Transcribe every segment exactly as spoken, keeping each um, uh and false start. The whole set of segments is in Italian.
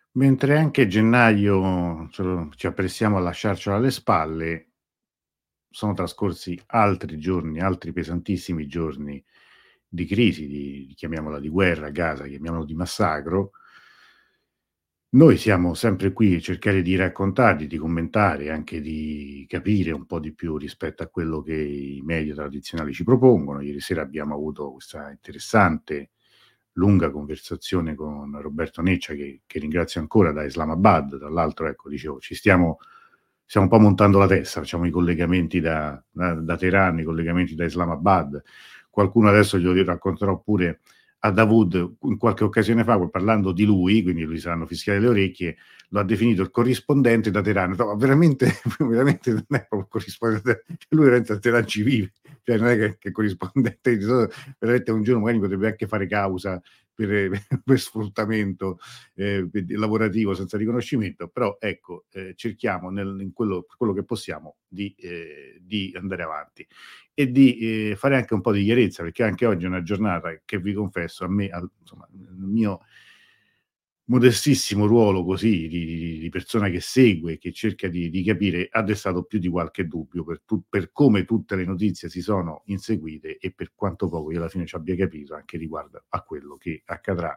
Mentre anche gennaio ce lo ci apprestiamo a lasciarcelo alle spalle, sono trascorsi altri giorni, altri pesantissimi giorni di crisi, di chiamiamola di guerra a Gaza, chiamiamolo di massacro. Noi siamo sempre qui a cercare di raccontarli, di commentare, anche di capire un po' di più rispetto a quello che i media tradizionali ci propongono. Ieri sera abbiamo avuto questa interessante, lunga conversazione con Roberto Neccia, che che ringrazio ancora, da Islamabad. Tra l'altro, ecco, dicevo, ci stiamo stiamo un po' montando la testa, facciamo i collegamenti da da da Teheran, i collegamenti da Islamabad. Qualcuno adesso glielo racconterò pure a Dawood in qualche occasione fa, parlando di lui, quindi gli saranno fischiate le orecchie, lo ha definito il corrispondente da Teheran. No, veramente, veramente non è proprio corrispondente, lui veramente a Teheran ci vive, cioè non è che, che corrispondente, veramente un giorno magari potrebbe anche fare causa per, per sfruttamento eh, lavorativo senza riconoscimento, però ecco, eh, cerchiamo nel, in quello, quello che possiamo di, eh, di andare avanti e di eh, fare anche un po' di chiarezza, perché anche oggi è una giornata che vi confesso, a me, al, insomma, nel mio modestissimo ruolo così di, di persona che segue, che cerca di, di capire, ha destato più di qualche dubbio per, tu, per come tutte le notizie si sono inseguite e per quanto poco io alla fine ci abbia capito anche riguardo a quello che accadrà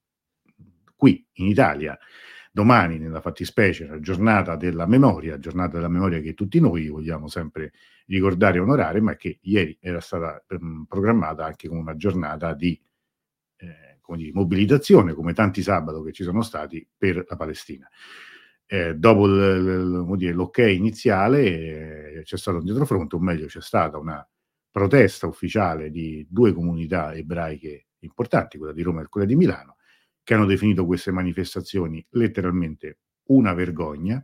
qui in Italia domani, nella fattispecie, la giornata della memoria, giornata della memoria che tutti noi vogliamo sempre ricordare e onorare, ma che ieri era stata ehm, programmata anche come una giornata di eh, come dire, mobilitazione, come tanti sabato che ci sono stati per la Palestina. Eh, dopo l, l, dire, l'ok iniziale eh, c'è stato un dietrofront, o meglio c'è stata una protesta ufficiale di due comunità ebraiche importanti, quella di Roma e quella di Milano, che hanno definito queste manifestazioni letteralmente una vergogna.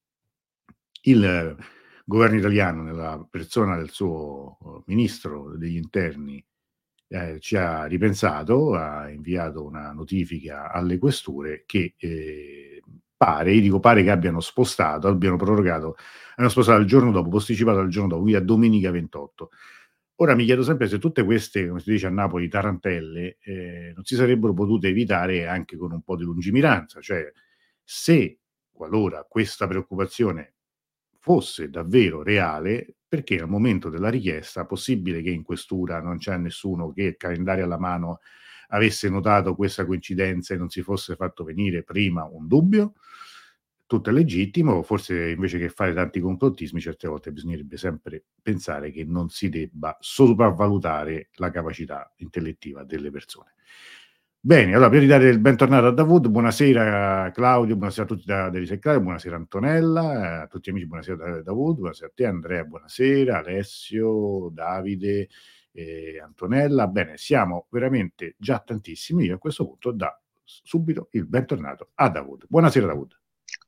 Il governo italiano, nella persona del suo ministro degli interni, eh, ci ha ripensato, ha inviato una notifica alle questure che eh, pare, io dico pare che abbiano spostato, abbiano prorogato, hanno spostato il giorno dopo, posticipato al giorno dopo, quindi a domenica ventotto. Ora mi chiedo sempre se tutte queste, come si dice a Napoli, tarantelle, eh, non si sarebbero potute evitare anche con un po' di lungimiranza, cioè se qualora questa preoccupazione fosse davvero reale, perché al momento della richiesta possibile che in questura non c'è nessuno che, calendario alla mano, avesse notato questa coincidenza e non si fosse fatto venire prima un dubbio? Tutto è legittimo, forse invece che fare tanti complottismi, certe volte bisognerebbe sempre pensare che non si debba sopravvalutare la capacità intellettiva delle persone. Bene, allora per ridare il bentornato a Dawood, buonasera Claudio, buonasera a tutti da Derise Claudio, buonasera Antonella, a tutti gli amici, buonasera da Dawood, buonasera a te Andrea, buonasera, Alessio, Davide, eh, Antonella. Bene, siamo veramente già tantissimi, io a questo punto da subito il bentornato a Dawood. Buonasera Dawood.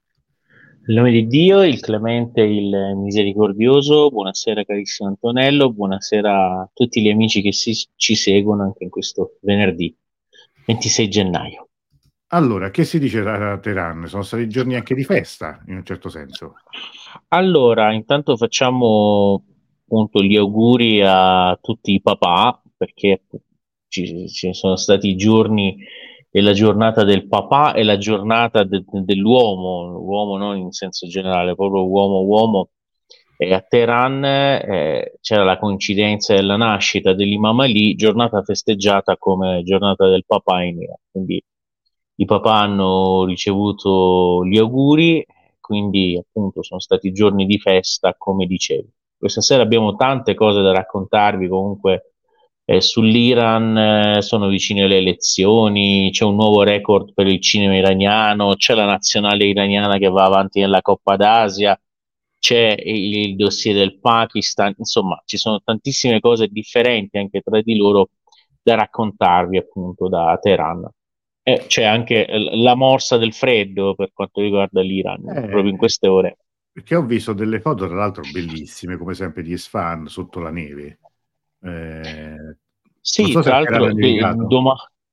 Nel nome di Dio, il clemente, il misericordioso, buonasera carissimo Antonello, buonasera a tutti gli amici che si- ci seguono anche in questo venerdì ventisei gennaio. Allora, che si dice a Teheran? Sono stati giorni anche di festa, in un certo senso. Allora, intanto facciamo appunto gli auguri a tutti i papà, perché ci, ci sono stati i giorni e la giornata del papà e la giornata de- dell'uomo, uomo non in senso generale, proprio uomo-uomo. E a Teheran eh, c'era la coincidenza della nascita dell'Imam Ali, giornata festeggiata come giornata del papà in Iran. Quindi i papà hanno ricevuto gli auguri, quindi appunto sono stati giorni di festa, come dicevi. Questa sera abbiamo tante cose da raccontarvi, comunque eh, sull'Iran eh, sono vicine le elezioni, c'è un nuovo record per il cinema iraniano, c'è la nazionale iraniana che va avanti nella Coppa d'Asia, c'è il, il dossier del Pakistan, insomma ci sono tantissime cose differenti anche tra di loro da raccontarvi appunto da Teheran. E c'è anche l- la morsa del freddo per quanto riguarda l'Iran, proprio in Eh, queste ore. perché ho visto delle foto, tra l'altro, bellissime, come sempre, di Isfahan sotto la neve. Eh, non Sì, so se tra a Teheran è l'altro, de- nevicato. doma-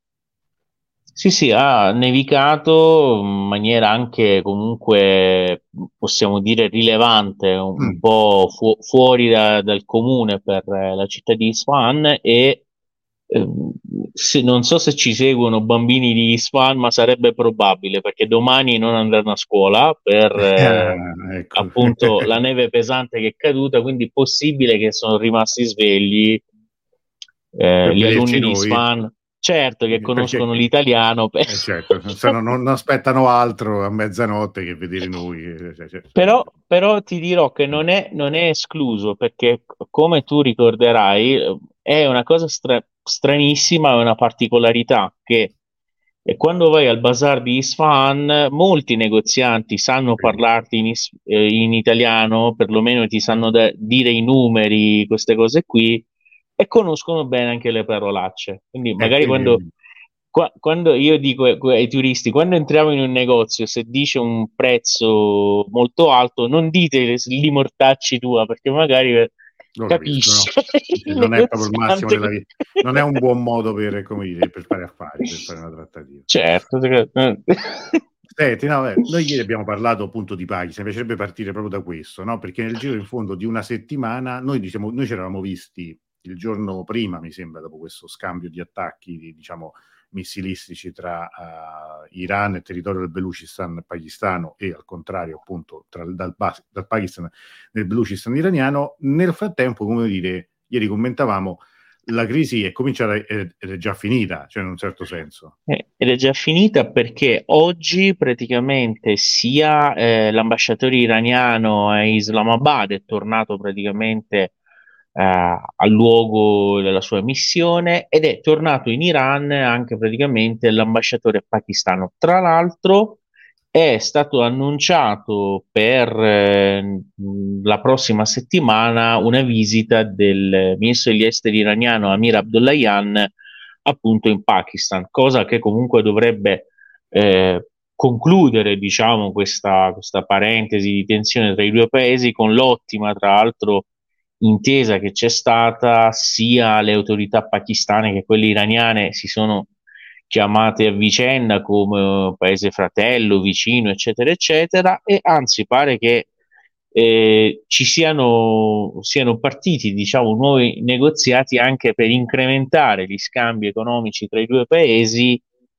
sì, sì, ha nevicato in maniera anche comunque, possiamo dire, rilevante, un, un Mm. po' fu- fuori da- dal comune per eh, la città di Isfahan e Eh, se, non so se ci seguono bambini di Isfahan, ma sarebbe probabile perché domani non andranno a scuola per eh, Ah, ecco. appunto la neve pesante che è caduta, quindi è possibile che sono rimasti svegli eh, Per gli vederci alunni di noi, Isfahan, certo che perché conoscono l'italiano, per- eh certo, se no non non aspettano altro a mezzanotte che vedere noi, eh, cioè, cioè, Però, certamente. però ti dirò che Mh. non è, non è escluso perché, come tu ricorderai, eh, è una cosa stra- stranissima, è una particolarità che eh, quando vai al bazar di Isfahan, molti negozianti sanno Sì. parlarti in, is- eh, in italiano, perlomeno ti sanno da- dire i numeri, queste cose qui, e conoscono bene anche le parolacce. Quindi E magari quindi quando Qua- quando io dico ai ai turisti, quando entriamo in un negozio, se dice un prezzo molto alto, non dite li mortacci tua, perché magari eh, lo capisce capiscono. Sì, il non è proprio il massimo negoziante. della vi non è un buon modo per come dire, per fare affari, per fare una trattativa. Certo, secondo- Senti, no, vabbè, noi ieri abbiamo parlato appunto di Pakistan, mi piacerebbe partire proprio da questo, no, perché nel giro in fondo di una settimana noi diciamo noi ci eravamo visti il giorno prima, mi sembra, dopo questo scambio di attacchi, di diciamo, missilistici tra, uhm, Iran e territorio del Belucistan pakistano e al contrario appunto tra dal Bas dal Pakistan nel Belucistan iraniano. Nel frattempo, come dire, ieri commentavamo, la crisi è cominciata ed ed è già finita, cioè in un certo senso. Eh, Ed è già finita perché oggi praticamente sia eh, l'ambasciatore iraniano a Islamabad è tornato praticamente eh, al luogo della sua missione ed è tornato in Iran anche praticamente l'ambasciatore pakistano. Tra l'altro è stato annunciato per eh, la prossima settimana una visita del ministro degli esteri iraniano Amir Abdollahian appunto in Pakistan, cosa che comunque dovrebbe eh, concludere, diciamo, questa, questa parentesi di tensione tra i due paesi con l'ottima, tra l'altro, intesa che c'è stata, sia le autorità pakistane che quelle iraniane si sono chiamate a vicenda come paese fratello, vicino, eccetera, eccetera, e anzi pare che eh, ci siano, siano partiti, diciamo, nuovi negoziati anche per incrementare gli scambi economici tra i due paesi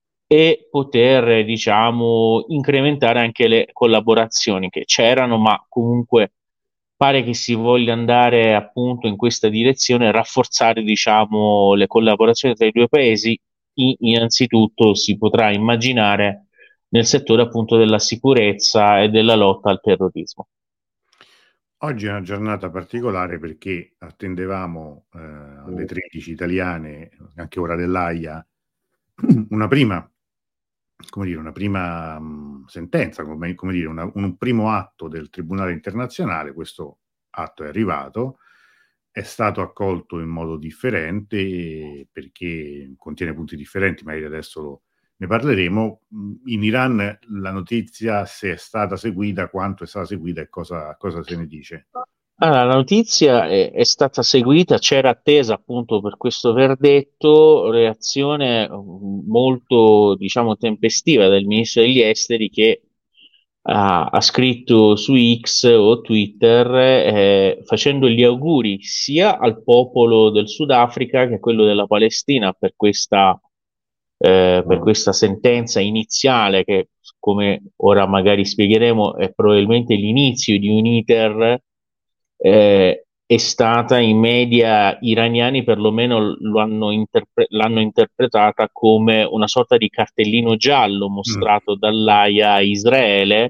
e poter, diciamo, incrementare anche le collaborazioni che c'erano, ma comunque pare che si voglia andare appunto in questa direzione, rafforzare, diciamo, le collaborazioni tra i due paesi. I- innanzitutto si potrà immaginare nel settore appunto della sicurezza e della lotta al terrorismo. Oggi è una giornata particolare perché attendevamo, ehm, alle tredici italiane, anche ora dell'Aia, una prima come dire, una prima, mhmm, sentenza, come come dire, una un primo atto del Tribunale internazionale. Questo atto è arrivato, è stato accolto in modo differente perché contiene punti differenti, magari adesso lo ne parleremo. Mhmm, in Iran la notizia, se è stata seguita, quanto è stata seguita e cosa cosa se ne dice? Allora, la notizia è, è stata seguita, c'era attesa appunto per questo verdetto, reazione mm, molto, diciamo, tempestiva del ministro degli esteri che ha, ha scritto su X o Twitter eh, facendo gli auguri sia al popolo del Sudafrica che a quello della Palestina per questa, eh, per questa sentenza iniziale che, come ora magari spiegheremo, è probabilmente l'inizio di un iter eh, è stata i media iraniani perlomeno lo hanno interpre- l'hanno interpretata come una sorta di cartellino giallo Mh. mostrato dall'Aia a Israele,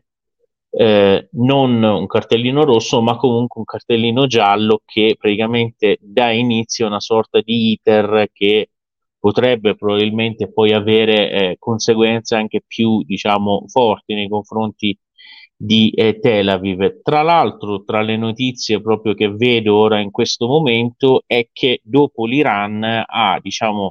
eh, non un cartellino rosso, ma comunque un cartellino giallo che praticamente dà inizio a una sorta di iter che potrebbe probabilmente poi avere eh, conseguenze anche più, diciamo, forti nei confronti di eh, Tel Aviv. Tra l'altro, tra le notizie proprio che vedo ora in questo momento è che dopo l'Iran ha, diciamo,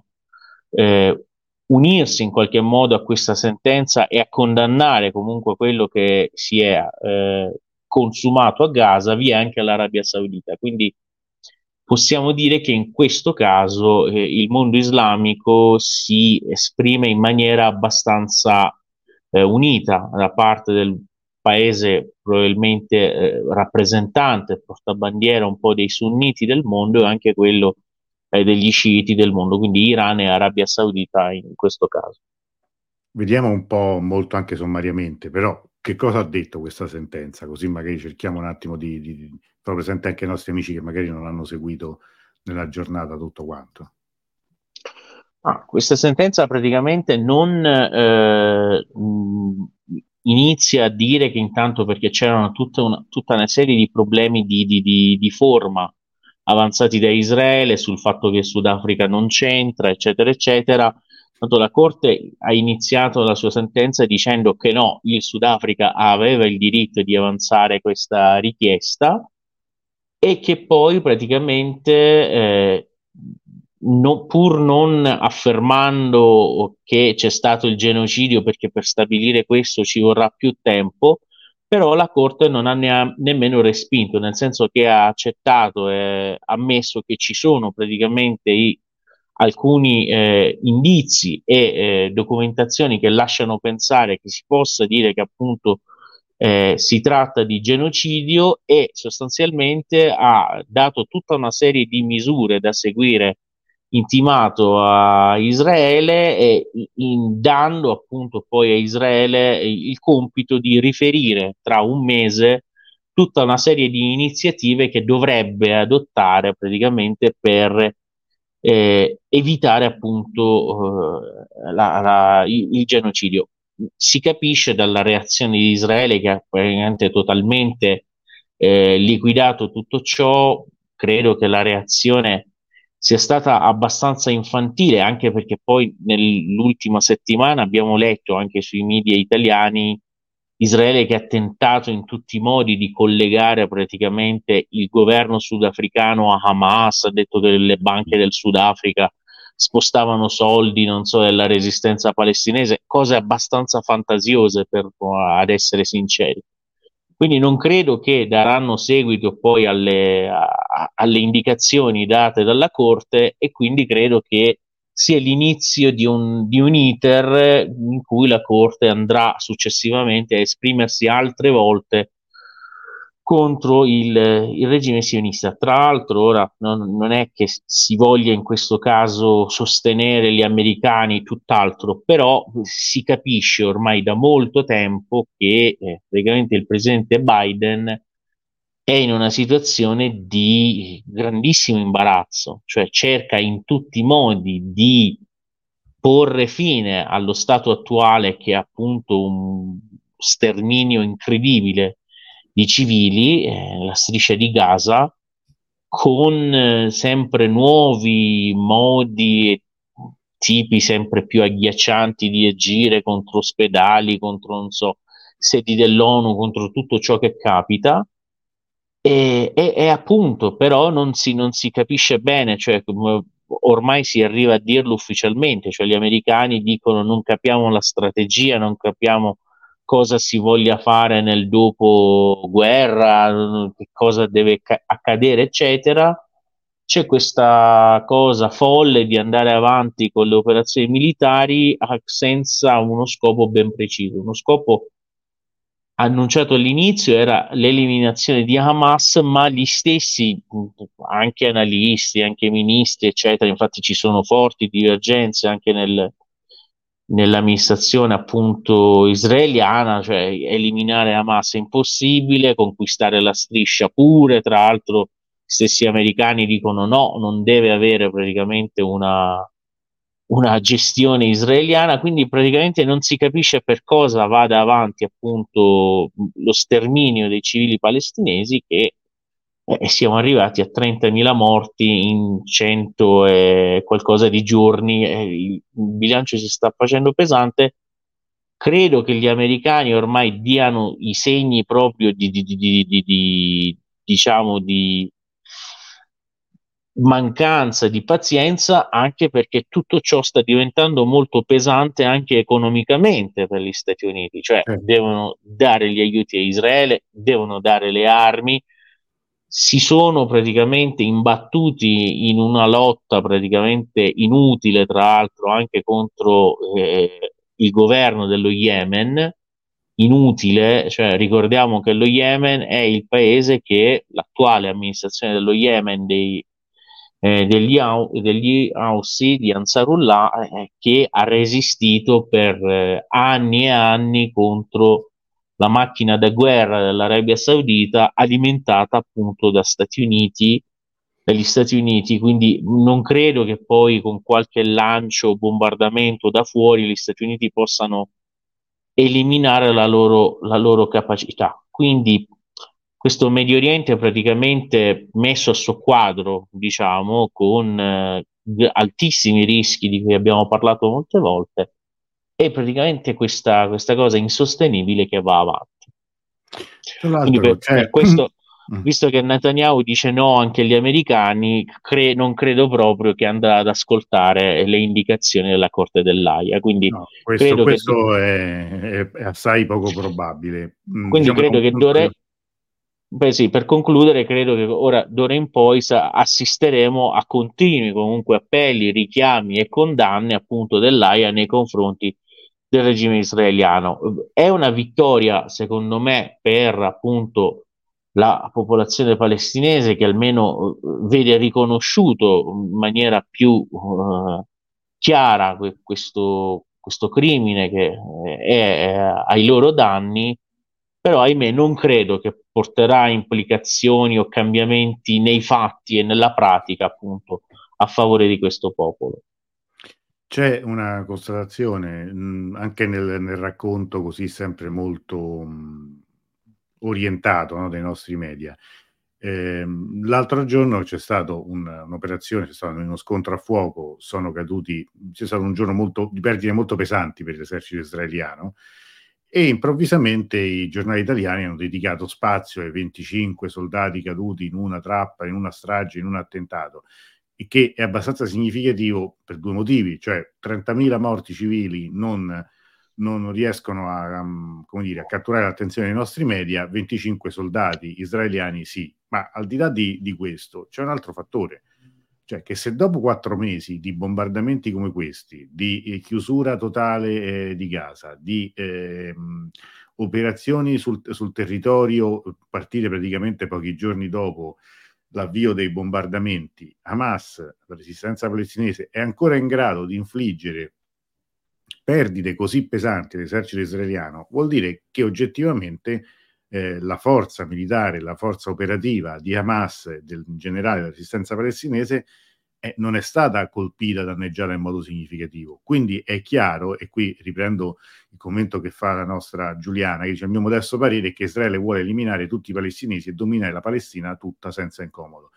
eh, unirsi in qualche modo a questa sentenza e a condannare comunque quello che si è eh, consumato a Gaza, via anche l'Arabia Saudita. Quindi possiamo dire che in questo caso eh, il mondo islamico si esprime in maniera abbastanza eh, unita da parte del paese probabilmente eh, rappresentante, portabandiera un po' dei sunniti del mondo e anche quello eh, degli sciiti del mondo, quindi Iran e Arabia Saudita in questo caso. Vediamo un po' molto anche sommariamente, però che cosa ha detto questa sentenza? Così magari cerchiamo un attimo di, di, di far presente anche ai nostri amici che magari non hanno seguito nella giornata tutto quanto. Ah, questa sentenza praticamente non eh, mh, inizia a dire che intanto perché c'erano tutta una, tutta una serie di problemi di, di, di, di forma avanzati da Israele sul fatto che il Sudafrica non c'entra, eccetera, eccetera. Tanto la Corte ha iniziato la sua sentenza dicendo che no, il Sudafrica aveva il diritto di avanzare questa richiesta e che poi praticamente, eh, no- pur non affermando che c'è stato il genocidio, perché per stabilire questo ci vorrà più tempo, però la Corte non ha ne- nemmeno respinto, nel senso che ha accettato e ammesso che ci sono praticamente i- alcuni eh, indizi e eh, documentazioni che lasciano pensare che si possa dire che appunto eh, si tratta di genocidio e sostanzialmente ha dato tutta una serie di misure da seguire, intimato a Israele e in, dando appunto poi a Israele il compito di riferire tra un mese tutta una serie di iniziative che dovrebbe adottare praticamente per eh, evitare appunto eh, la, la, il, il genocidio. Si capisce dalla reazione di Israele che ha praticamente totalmente eh, liquidato tutto ciò. Credo che la reazione sia stata abbastanza infantile, anche perché poi nell'ultima settimana abbiamo letto anche sui media italiani Israele che ha tentato in tutti i modi di collegare praticamente il governo sudafricano a Hamas, ha detto che le banche del Sudafrica spostavano soldi, non so, della resistenza palestinese, cose abbastanza fantasiose per, ad essere sinceri. Quindi non credo che daranno seguito poi alle, a, alle indicazioni date dalla Corte e quindi credo che sia l'inizio di un, di un iter in cui la Corte andrà successivamente a esprimersi altre volte contro il, il regime sionista. Tra l'altro, ora non, non è che si voglia in questo caso sostenere gli americani, tutt'altro, però si capisce ormai da molto tempo che eh, praticamente il presidente Biden è in una situazione di grandissimo imbarazzo, cioè cerca in tutti i modi di porre fine allo stato attuale che è appunto un sterminio incredibile di civili, eh, la striscia di Gaza, con eh, sempre nuovi modi e tipi sempre più agghiaccianti di agire contro ospedali, contro, non so, sedi dell'ONU, contro tutto ciò che capita. E, e- e appunto, però non si, non si capisce bene, cioè come ormai si arriva a dirlo ufficialmente, cioè gli americani dicono non capiamo la strategia, non capiamo cosa si voglia fare nel dopoguerra, che cosa deve ca- accadere, eccetera. C'è questa cosa folle di andare avanti con le operazioni militari ah, senza uno scopo ben preciso, uno scopo annunciato all'inizio era l'eliminazione di Hamas, ma gli stessi, anche analisti, anche ministri, eccetera, infatti ci sono forti divergenze anche nel, nell'amministrazione appunto israeliana, cioè eliminare Hamas è impossibile, conquistare la striscia pure, tra l'altro gli stessi americani dicono no, non deve avere praticamente una una gestione israeliana, quindi praticamente non si capisce per cosa vada avanti appunto lo sterminio dei civili palestinesi che eh, siamo arrivati a trentamila morti in cento e qualcosa di giorni, eh, il bilancio si sta facendo pesante. Credo che gli americani ormai diano i segni proprio di, di, di, di, di, di diciamo di mancanza di pazienza, anche perché tutto ciò sta diventando molto pesante anche economicamente per gli Stati Uniti, cioè Eh, devono dare gli aiuti a Israele, devono dare le armi, si sono praticamente imbattuti in una lotta praticamente inutile, tra l'altro anche contro eh, il governo dello Yemen, inutile, cioè ricordiamo che lo Yemen è il paese che l'attuale amministrazione dello Yemen dei eh, degli, Au- degli Aussi di Ansarullah, eh, che ha resistito per eh, anni e anni contro la macchina da guerra dell'Arabia Saudita, alimentata appunto da Stati Uniti, dagli Stati Uniti. Quindi non credo che poi con qualche lancio o bombardamento da fuori gli Stati Uniti possano eliminare la loro, la loro capacità. Quindi questo Medio Oriente è praticamente messo a soqquadro, diciamo, con eh, altissimi rischi di cui abbiamo parlato molte volte, e praticamente questa, questa cosa insostenibile che va avanti. Tra Quindi l'altro, per, per cioè, questo, mm, visto che Netanyahu dice no anche agli americani, cre- non credo proprio che andrà ad ascoltare le indicazioni della Corte dell'Aia. Quindi no, questo, credo che, do- questo è, è- è assai poco probabile. Mm, quindi diciamo da credo un che punto di... d'ora, beh sì, per concludere, credo che ora, d'ora in poi sa- assisteremo a continui comunque appelli, richiami e condanne appunto dell'Aia nei confronti del regime israeliano. È una vittoria, secondo me, per appunto la popolazione palestinese, che almeno eh, vede riconosciuto in maniera più eh, chiara que- questo, questo crimine che eh, è eh, ai loro danni. Però ahimè non credo che porterà implicazioni o cambiamenti nei fatti e nella pratica, appunto, a favore di questo popolo. C'è una constatazione, mh, anche nel, nel racconto così sempre molto mh, orientato, no, dai nostri media. Ehm, l'altro giorno c'è stata un'operazione, c'è stato uno scontro a fuoco, sono caduti, c'è stato un giorno molto, di perdite molto pesanti per l'esercito israeliano, e improvvisamente i giornali italiani hanno dedicato spazio ai venticinque soldati caduti in una trappa, in una strage, in un attentato, il che è abbastanza significativo per due motivi, cioè trentamila morti civili non, non riescono a, um, come dire, a catturare l'attenzione dei nostri media, venticinque soldati israeliani sì, ma al di là di, di questo c'è un altro fattore, cioè che se dopo quattro mesi di bombardamenti come questi, di eh, chiusura totale eh, di Gaza, di ehm, operazioni sul, sul territorio, partire praticamente pochi giorni dopo l'avvio dei bombardamenti, Hamas, la resistenza palestinese, è ancora in grado di infliggere perdite così pesanti all'esercito israeliano, vuol dire che oggettivamente eh, la forza militare, la forza operativa di Hamas e del generale della resistenza palestinese eh, non è stata colpita, danneggiata in modo significativo. Quindi è chiaro, e qui riprendo il commento che fa la nostra Giuliana, che dice: il mio modesto parere è che Israele vuole eliminare tutti i palestinesi e dominare la Palestina tutta senza incomodo.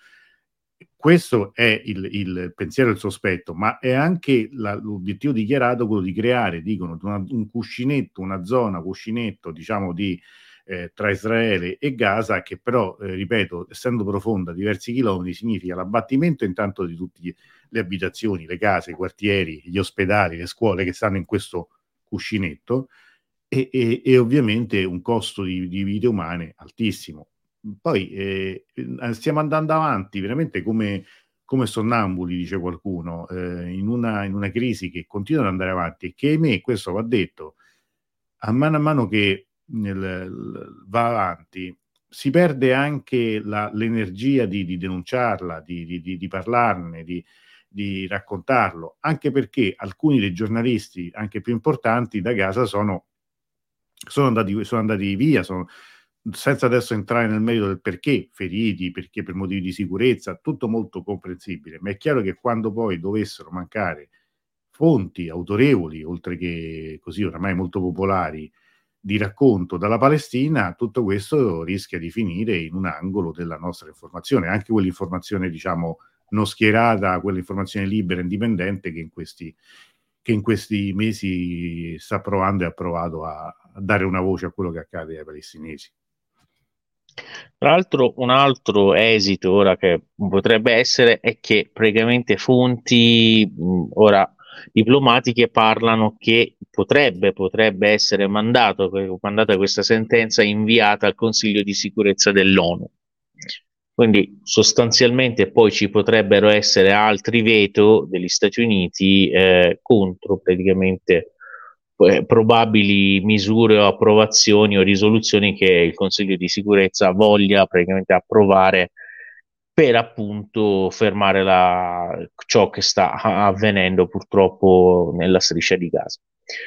Questo è il, il pensiero e il sospetto, ma è anche la, l'obiettivo dichiarato quello di creare, dicono, una, un cuscinetto, una zona cuscinetto, diciamo, di, eh, tra Israele e Gaza, che però, eh, ripeto, essendo profonda diversi chilometri, significa l'abbattimento intanto di tutte le abitazioni, le case, i quartieri, gli ospedali, le scuole che stanno in questo cuscinetto, e, e, e ovviamente un costo di, di vite umane altissimo. Poi eh, stiamo andando avanti veramente come, come sonnambuli, dice qualcuno, eh, in, una, in una crisi che continua ad andare avanti e che, ahimè, questo va detto, a mano a mano che nel, l- va avanti, si perde anche la- l'energia di, di denunciarla, di, di- di- di parlarne, di, di raccontarlo, anche perché alcuni dei giornalisti, anche più importanti, da Gaza sono, sono andati, sono andati via, sono, senza adesso entrare nel merito del perché feriti, perché per motivi di sicurezza, tutto molto comprensibile, ma è chiaro che quando poi dovessero mancare fonti autorevoli, oltre che così oramai molto popolari, di racconto dalla Palestina, tutto questo rischia di finire in un angolo della nostra informazione, anche quell'informazione, diciamo, non schierata, quell'informazione libera e indipendente che in questi, che in questi mesi sta provando e ha provato a, a dare una voce a quello che accade ai palestinesi. Tra l'altro, un altro esito ora che potrebbe essere è che praticamente fonti mh, ora diplomatiche parlano che potrebbe, potrebbe essere mandato, mandata questa sentenza inviata al Consiglio di sicurezza dell'ONU. Quindi sostanzialmente poi ci potrebbero essere altri veto degli Stati Uniti eh, contro praticamente eh, probabili misure o approvazioni o risoluzioni che il Consiglio di sicurezza voglia praticamente approvare per appunto fermare la, ciò che sta avvenendo purtroppo nella striscia di Gaza.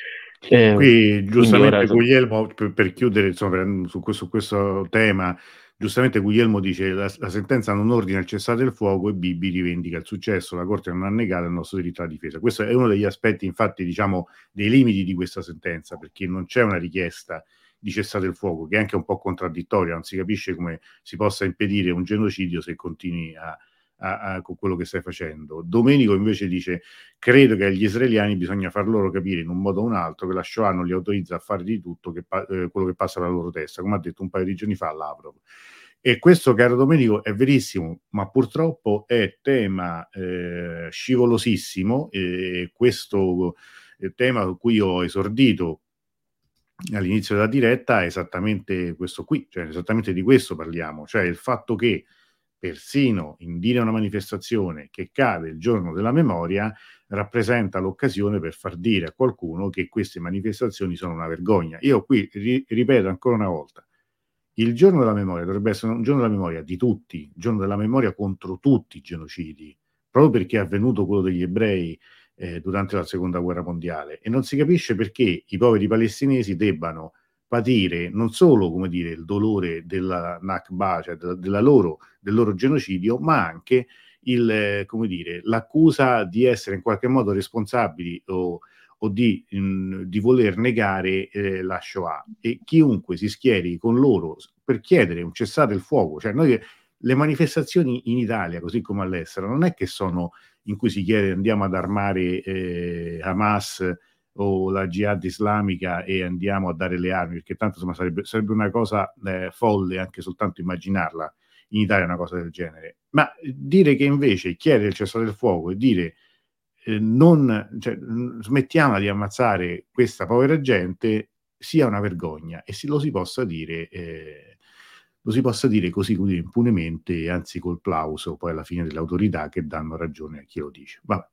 Eh, Qui ora giustamente Guglielmo, per, per chiudere insomma, su, questo, su questo tema, giustamente Guglielmo dice la, la sentenza non ordina il cessate il fuoco e Bibi rivendica il successo, la Corte non ha negato il nostro diritto alla difesa. Questo è uno degli aspetti, infatti, diciamo, dei limiti di questa sentenza, perché non c'è una richiesta di cessate il fuoco, che è anche un po' contraddittoria, non si capisce come si possa impedire un genocidio se continui a, a, a, con quello che stai facendo. Domenico invece dice: credo che agli israeliani bisogna far loro capire in un modo o un altro che la Shoah non li autorizza a fare di tutto che pa- eh, quello che passa per la loro testa, come ha detto un paio di giorni fa Lavrov. E questo, caro Domenico, è verissimo, ma purtroppo è tema eh, scivolosissimo, e questo eh, tema su cui ho esordito all'inizio della diretta è esattamente questo qui, cioè esattamente di questo parliamo, cioè il fatto che persino indire una manifestazione che cade il giorno della memoria rappresenta l'occasione per far dire a qualcuno che queste manifestazioni sono una vergogna. Io qui ri- ripeto ancora una volta, il giorno della memoria dovrebbe essere un giorno della memoria di tutti, il giorno della memoria contro tutti i genocidi, proprio perché è avvenuto quello degli ebrei eh, durante la seconda guerra mondiale, e non si capisce perché i poveri palestinesi debbano patire non solo, come dire, il dolore della Nakba, cioè della, della loro, del loro genocidio, ma anche il, eh, come dire, l'accusa di essere in qualche modo responsabili o, o di, mh, di voler negare eh, la Shoah. E chiunque si schieri con loro per chiedere un cessate il fuoco, cioè noi le manifestazioni in Italia, così come all'estero, non è che sono in cui si chiede andiamo ad armare eh, Hamas o la Jihad islamica e andiamo a dare le armi, perché tanto insomma, sarebbe, sarebbe una cosa eh, folle anche soltanto immaginarla in Italia, una cosa del genere. Ma dire che invece chiedere il cessate il fuoco e dire eh, non, cioè, smettiamo di ammazzare questa povera gente sia una vergogna, e si, lo si possa dire eh, lo si possa dire così, così impunemente, anzi col plauso poi alla fine delle autorità che danno ragione a chi lo dice. Vabbè.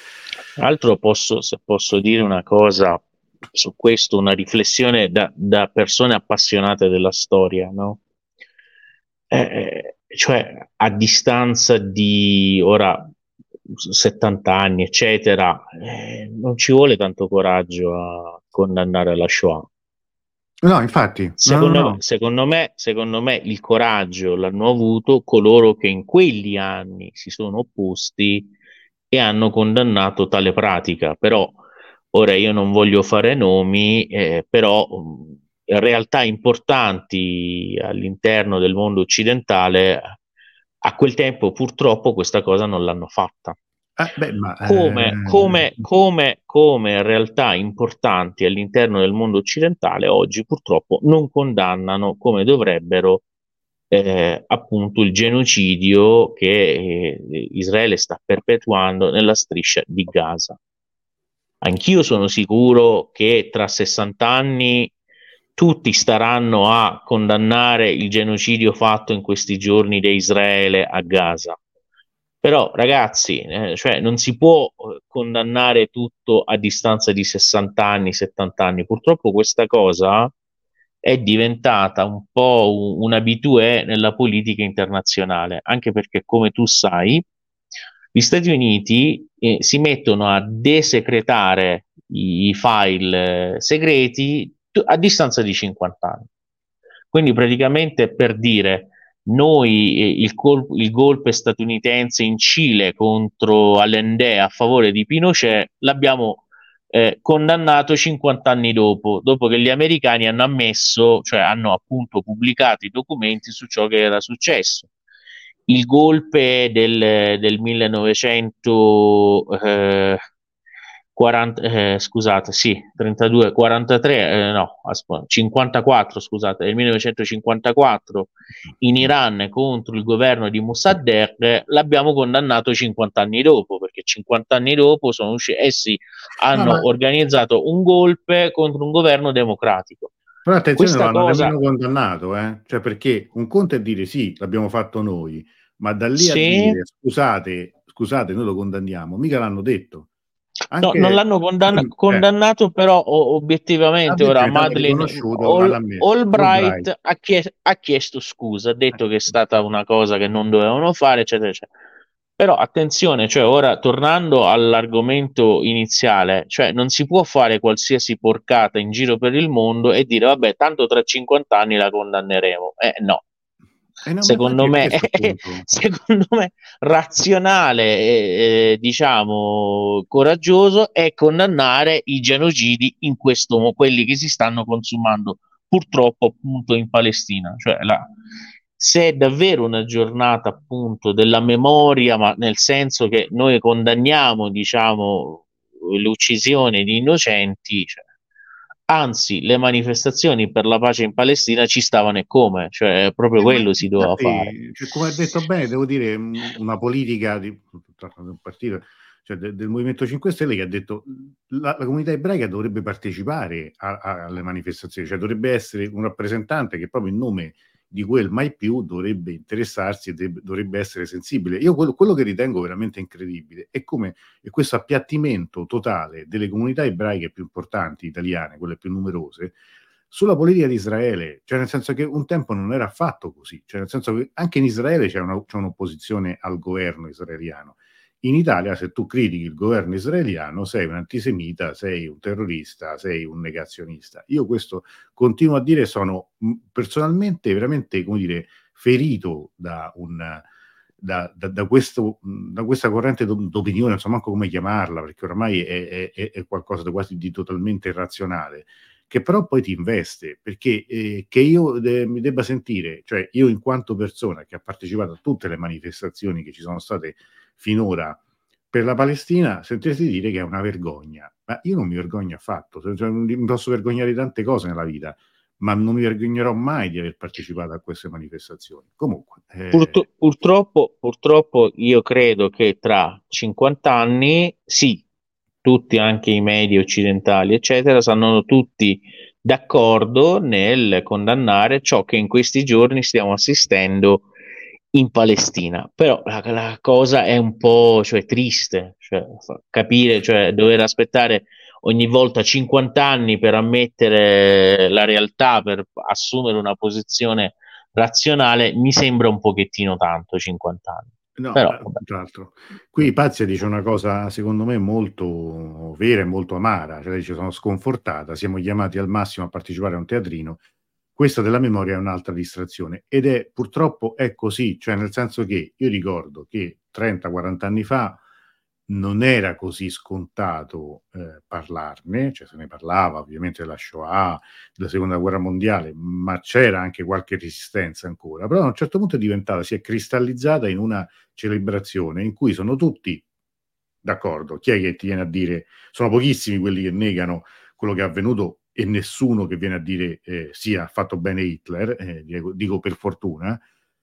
Tra l'altro posso, se posso dire una cosa su questo, una riflessione da, da persone appassionate della storia, no? Eh, cioè, a distanza di ora settanta anni, eccetera, eh, non ci vuole tanto coraggio a condannare la Shoah. No, infatti, no, no, Secondo me, no. secondo me, secondo me il coraggio l'hanno avuto coloro che in quegli anni si sono opposti e hanno condannato tale pratica. Però ora io non voglio fare nomi, eh, però mh, realtà importanti all'interno del mondo occidentale a quel tempo purtroppo questa cosa non l'hanno fatta. Eh, beh, ma Come, come, eh, come, come realtà importanti all'interno del mondo occidentale oggi purtroppo non condannano come dovrebbero eh, appunto il genocidio che eh, Israele sta perpetuando nella striscia di Gaza. Anch'io sono sicuro che tra sessanta anni tutti staranno a condannare il genocidio fatto in questi giorni da Israele a Gaza. Però, ragazzi, eh, cioè, non si può eh, condannare tutto a distanza di sessanta anni, settanta anni. Purtroppo questa cosa è diventata un po' un, un habitué nella politica internazionale, anche perché, come tu sai, gli Stati Uniti eh, si mettono a desecretare i, i file eh, segreti t- a distanza di cinquanta anni. Quindi praticamente per dire noi eh, il, col- il golpe statunitense in Cile contro Allende a favore di Pinochet l'abbiamo eh, condannato cinquanta anni dopo, dopo che gli americani hanno ammesso, cioè hanno appunto pubblicato i documenti su ciò che era successo. Il golpe del, del millenovecento, eh, quaranta, eh, scusate, sì, trentadue, quarantatré, eh, no, aspetta, cinquantaquattro, scusate, del millenovecentocinquantaquattro in Iran contro il governo di Mossadegh l'abbiamo condannato cinquanta anni dopo, perché cinquanta anni dopo sono usciti, essi no, hanno ma organizzato un golpe contro un governo democratico. però attenzione, non Questa l'hanno cosa, nemmeno condannato, eh? Cioè, perché un conto è dire sì, l'abbiamo fatto noi, ma da lì a sì, dire scusate, scusate, noi lo condanniamo, mica l'hanno detto. No, Anche non l'hanno condanna- eh, condannato, però o- obiettivamente addirittura ora è stato Madeleine riconosciuto, ma Al- l'ha ammesso. Albright. Albright ha, chies- ha chiesto scusa, ha detto che è stata una cosa che non dovevano fare, eccetera, eccetera. Però attenzione, cioè ora tornando all'argomento iniziale, cioè non si può fare qualsiasi porcata in giro per il mondo e dire vabbè, tanto tra cinquanta anni la condanneremo. Eh no. Eh no, ma infatti Secondo è me, questo appunto. secondo me razionale e eh, diciamo coraggioso è condannare i genocidi in questo mo- quelli che si stanno consumando purtroppo appunto in Palestina, cioè la, se è davvero una giornata appunto della memoria, ma nel senso che noi condanniamo diciamo l'uccisione di innocenti, cioè, anzi le manifestazioni per la pace in Palestina ci stavano e come, cioè proprio Eh, ma quello si doveva fare. infatti, cioè, come ha detto bene, devo dire, mh, una politica di un partito, cioè de- del Movimento cinque Stelle, che ha detto la, la comunità ebraica dovrebbe partecipare a- a- alle manifestazioni, cioè dovrebbe essere un rappresentante che proprio in nome di quel mai più dovrebbe interessarsi e deb- dovrebbe essere sensibile. Io quello, quello che ritengo veramente incredibile è come è questo appiattimento totale delle comunità ebraiche più importanti italiane, quelle più numerose, sulla politica di Israele, cioè nel senso che un tempo non era affatto così, cioè nel senso che anche in Israele c'è, una, c'è un'opposizione al governo israeliano. In Italia, se tu critichi il governo israeliano, sei un antisemita, sei un terrorista, sei un negazionista. Io questo continuo a dire, sono mh, personalmente veramente, come dire, ferito da un... Da, da, da, questo, da questa corrente d'opinione, non so manco come chiamarla, perché ormai è, è, è qualcosa di quasi di totalmente irrazionale, che però poi ti investe, perché eh, che io de- mi debba sentire, cioè io in quanto persona che ha partecipato a tutte le manifestazioni che ci sono state finora per la Palestina, sentirsi dire che è una vergogna. Ma io non mi vergogno affatto, cioè, mi posso vergognare di tante cose nella vita, ma non mi vergognerò mai di aver partecipato a queste manifestazioni. Comunque, eh, Purtro- purtroppo, purtroppo io credo che tra cinquanta anni, sì, tutti, anche i media occidentali, eccetera, saranno tutti d'accordo nel condannare ciò che in questi giorni stiamo assistendo in Palestina. Però la, la cosa è un po', cioè, triste, cioè, fa capire, cioè, dover aspettare ogni volta cinquanta anni per ammettere la realtà, per assumere una posizione razionale, mi sembra un pochettino tanto cinquanta anni. no, Però, eh, vabbè. tra l'altro, qui Pazia dice una cosa secondo me molto vera e molto amara, cioè dice sono sconfortata, siamo chiamati al massimo a partecipare a un teatrino, questa della memoria è un'altra distrazione ed è purtroppo è così, cioè nel senso che io ricordo che trenta quaranta anni fa non era così scontato eh, parlarne, cioè se ne parlava ovviamente della Shoah, della seconda guerra mondiale, ma c'era anche qualche resistenza ancora, però a un certo punto è diventata, si è cristallizzata in una celebrazione in cui sono tutti d'accordo. Chi è che ti viene a dire? Sono pochissimi quelli che negano quello che è avvenuto e nessuno che viene a dire eh, sì, ha fatto bene Hitler, eh, dico, dico per fortuna.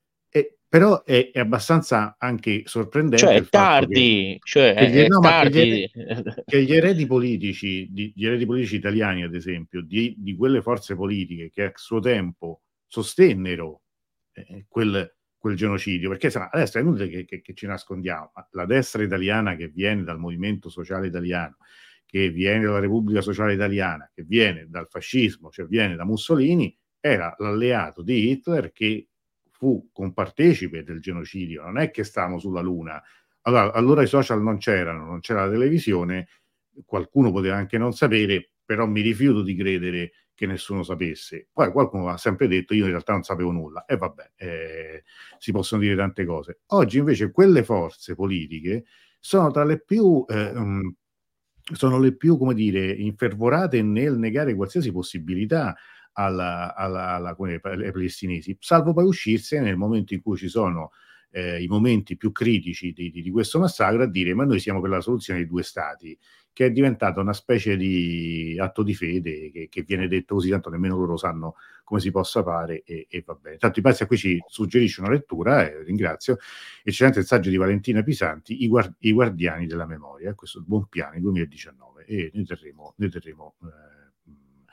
E, però è, è abbastanza anche Cioè sorprendente il è fatto che, tardi, cioè che gli, è, è no, ma che gli, ere- tardi. che gli eredi politici, di- gli eredi politici italiani, ad esempio, di, di quelle forze politiche che a suo tempo sostennero eh, quel, quel genocidio, perché insomma, adesso è inutile che, che, che ci nascondiamo, ma la destra italiana che viene dal Movimento Sociale Italiano, che viene dalla Repubblica Sociale Italiana, che viene dal fascismo, cioè viene da Mussolini, era l'alleato di Hitler che fu compartecipe del genocidio, non è che stavamo sulla Luna. Allora, allora i social non c'erano, non c'era la televisione, qualcuno poteva anche non sapere, però mi rifiuto di credere che nessuno sapesse. Poi qualcuno ha sempre detto io in realtà non sapevo nulla e vabbè, eh, si possono dire tante cose. Oggi invece quelle forze politiche sono tra le più eh, um, sono le più, come dire, infervorate nel negare qualsiasi possibilità alla, alla, alla, come, ai palestinesi, salvo poi uscirsi nel momento in cui ci sono eh, i momenti più critici di, di, di questo massacro a dire ma noi siamo per la soluzione dei due stati, che è diventata una specie di atto di fede che, che viene detto così, tanto nemmeno loro sanno come si possa fare e, e va bene. Tanto i a qui ci suggerisce una lettura, eh, ringrazio, eccellente il saggio di Valentina Pisanti, I, guard- I guardiani della memoria, questo Buonpiani duemiladiciannove, e ne terremo, ne terremo eh,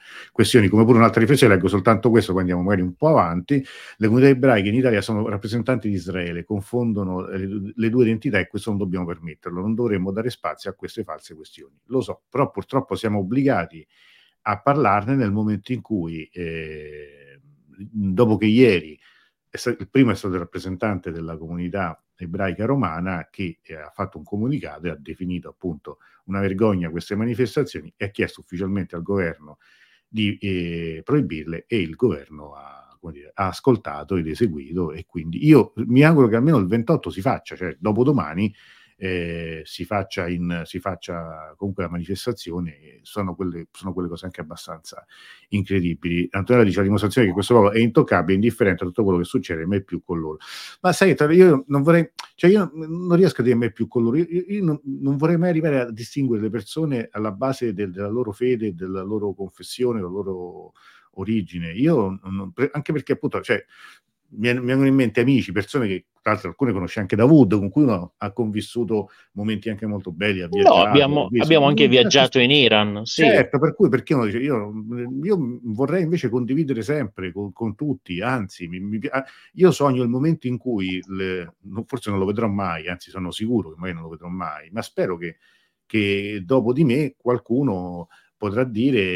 questioni. Come pure un'altra riflessione, leggo soltanto questo, poi andiamo magari un po' avanti. Le comunità ebraiche in Italia sono rappresentanti di Israele, confondono le, le due identità e questo non dobbiamo permetterlo, non dovremmo dare spazio a queste false questioni. Lo so, però purtroppo siamo obbligati a parlarne nel momento in cui, eh, dopo che ieri il primo è stato il rappresentante della comunità ebraica romana che eh, ha fatto un comunicato e ha definito appunto una vergogna queste manifestazioni e ha chiesto ufficialmente al governo di eh, proibirle e il governo ha, come dire, ha ascoltato ed eseguito e quindi io mi auguro che almeno il ventotto si faccia, cioè dopodomani eh, si faccia in, si faccia comunque la manifestazione. Sono quelle, sono quelle cose anche abbastanza incredibili. Antonella dice la dimostrazione che questo popolo è intoccabile, indifferente a tutto quello che succede, mai più con loro. Ma sai, io non vorrei, cioè io non riesco a dire mai più con loro, io, io non, non vorrei mai arrivare a distinguere le persone alla base del, della loro fede, della loro confessione, della loro origine. Io non, anche perché appunto, cioè, mi vengono in mente amici, persone che tra l'altro alcune conosce anche da Wood, con cui uno ha convissuto momenti anche molto belli, ha No, viaggiato, abbiamo, abbiamo anche viaggiato in Iran, sì. certo, per cui perché uno dice io, io vorrei invece condividere sempre con, con tutti, anzi mi, mi, io sogno il momento in cui le, forse non lo vedrò mai, anzi sono sicuro che magari non lo vedrò mai, ma spero che, che dopo di me qualcuno potrà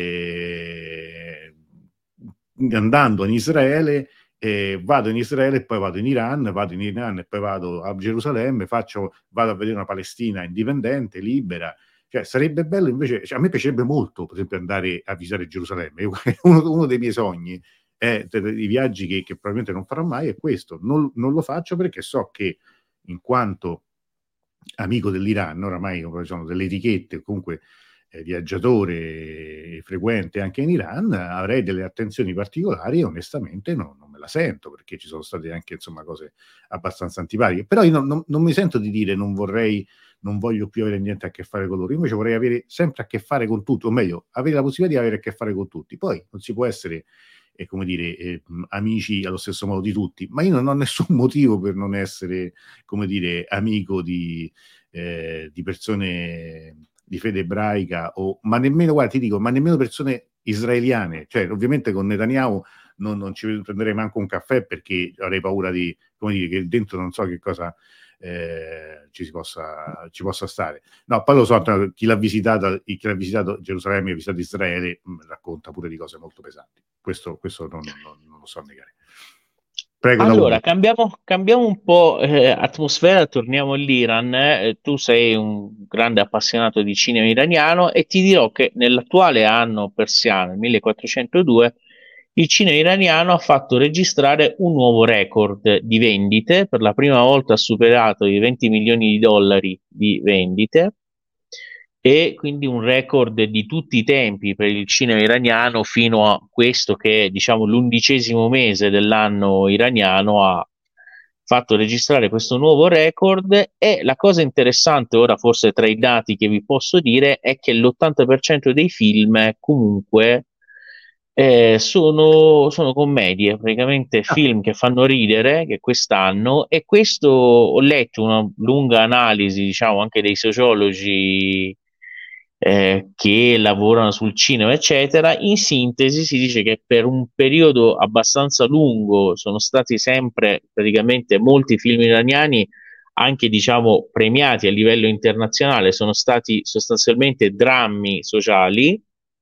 dire, andando in Israele, eh, vado in Israele e poi vado in Iran, vado in Iran e poi vado a Gerusalemme, faccio, vado a vedere una Palestina indipendente, libera. Cioè, sarebbe bello invece, cioè, a me piacerebbe molto, per esempio, andare a visitare Gerusalemme. Io, uno, uno dei miei sogni è, i viaggi che, che probabilmente non farò mai, è questo. Non, non lo faccio perché so che, in quanto amico dell'Iran, oramai sono delle etichette, comunque eh, viaggiatore frequente anche in Iran, avrei delle attenzioni particolari e onestamente no, non me la sento, perché ci sono state anche insomma cose abbastanza antipatiche. Però io non, non, non mi sento di dire non vorrei, non voglio più avere niente a che fare con loro, invece vorrei avere sempre a che fare con tutti, o meglio, avere la possibilità di avere a che fare con tutti. Poi non si può essere eh, come dire, eh, amici allo stesso modo di tutti, ma io non ho nessun motivo per non essere, come dire, amico di, eh, di persone di fede ebraica, o, ma nemmeno, guarda, ti dico, ma nemmeno persone israeliane. Cioè, ovviamente con Netanyahu non, non ci prenderei manco un caffè perché avrei paura di, come dire, che dentro non so che cosa eh, ci si possa, ci possa stare. No, poi lo so, chi l'ha visitata, chi l'ha visitato Gerusalemme, ha visitato Israele, mh, racconta pure di cose molto pesanti. Questo, questo non, non, non lo so negare. Prego, allora, cambiamo, cambiamo un po' eh, atmosfera, torniamo all'Iran. Eh, tu sei un grande appassionato di cinema iraniano e ti dirò che nell'attuale anno persiano, il millequattrocentodue, il cinema iraniano ha fatto registrare un nuovo record di vendite. Per la prima volta ha superato i venti milioni di dollari di vendite e quindi un record di tutti i tempi per il cinema iraniano fino a questo che è, diciamo, l'undicesimo mese dell'anno iraniano ha fatto registrare questo nuovo record. E la cosa interessante, ora forse tra i dati che vi posso dire, è che l'ottanta per cento dei film comunque eh, sono, sono commedie, praticamente Ah, film che fanno ridere, che quest'anno, e questo ho letto una lunga analisi, diciamo, anche dei sociologi eh, che lavorano sul cinema, eccetera. In sintesi si dice che per un periodo abbastanza lungo sono stati sempre praticamente molti film iraniani anche diciamo premiati a livello internazionale, sono stati sostanzialmente drammi sociali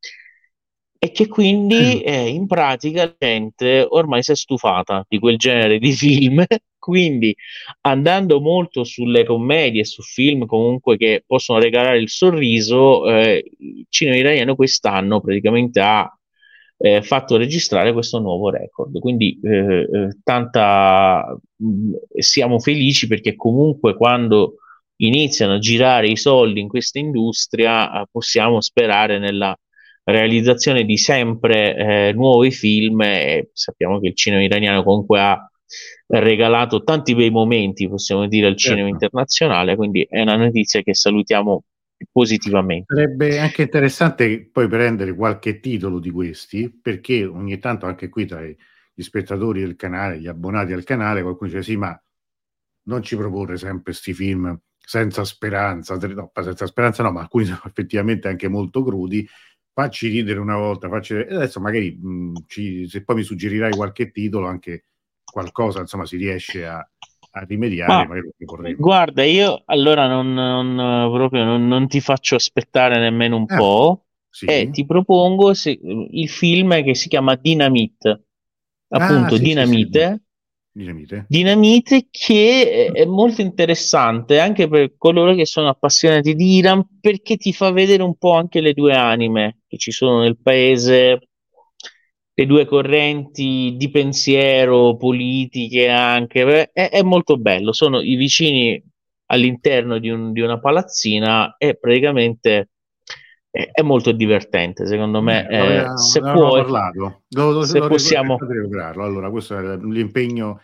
e che quindi eh, in pratica la gente ormai si è stufata di quel genere di film, quindi andando molto sulle commedie, su film comunque che possono regalare il sorriso, eh, il cinema italiano quest'anno praticamente ha eh, fatto registrare questo nuovo record. Quindi eh, eh, tanta, mh, siamo felici perché comunque quando iniziano a girare i soldi in questa industria, eh, possiamo sperare nella realizzazione di sempre eh, nuovi film e sappiamo che il cinema italiano comunque ha regalato tanti bei momenti, possiamo dire, al cinema certo. internazionale, quindi è una notizia che salutiamo positivamente. Sarebbe anche interessante poi prendere qualche titolo di questi, perché ogni tanto anche qui tra gli spettatori del canale, gli abbonati al canale, qualcuno dice sì, ma non ci proporre sempre questi film senza speranza, no, senza speranza no, ma alcuni sono effettivamente anche molto crudi, facci ridere una volta, facci... adesso magari mh, ci, se poi mi suggerirai qualche titolo, anche qualcosa, insomma, si riesce a, a rimediare, Ma magari lo vorremmo. guarda, io allora non, non, proprio non, non ti faccio aspettare nemmeno un Ah, po' e sì? ti propongo se- il film che si chiama Dynamite, Ah, appunto sì, sì, sì, Dinamite. dinamite. Dinamite che è molto interessante anche per coloro che sono appassionati di Iran perché ti fa vedere un po' anche le due anime che ci sono nel paese, le due correnti di pensiero, politiche anche. Beh, È, è molto bello, sono i vicini all'interno di, un- di una palazzina e praticamente è, è molto divertente, secondo me. Beh, lo Eh, aveva- ne se avevamo puoi, parlato, lo, lo, se lo ricordo, possiamo. aspetta di recuperarlo. Allora, questo è l'impegno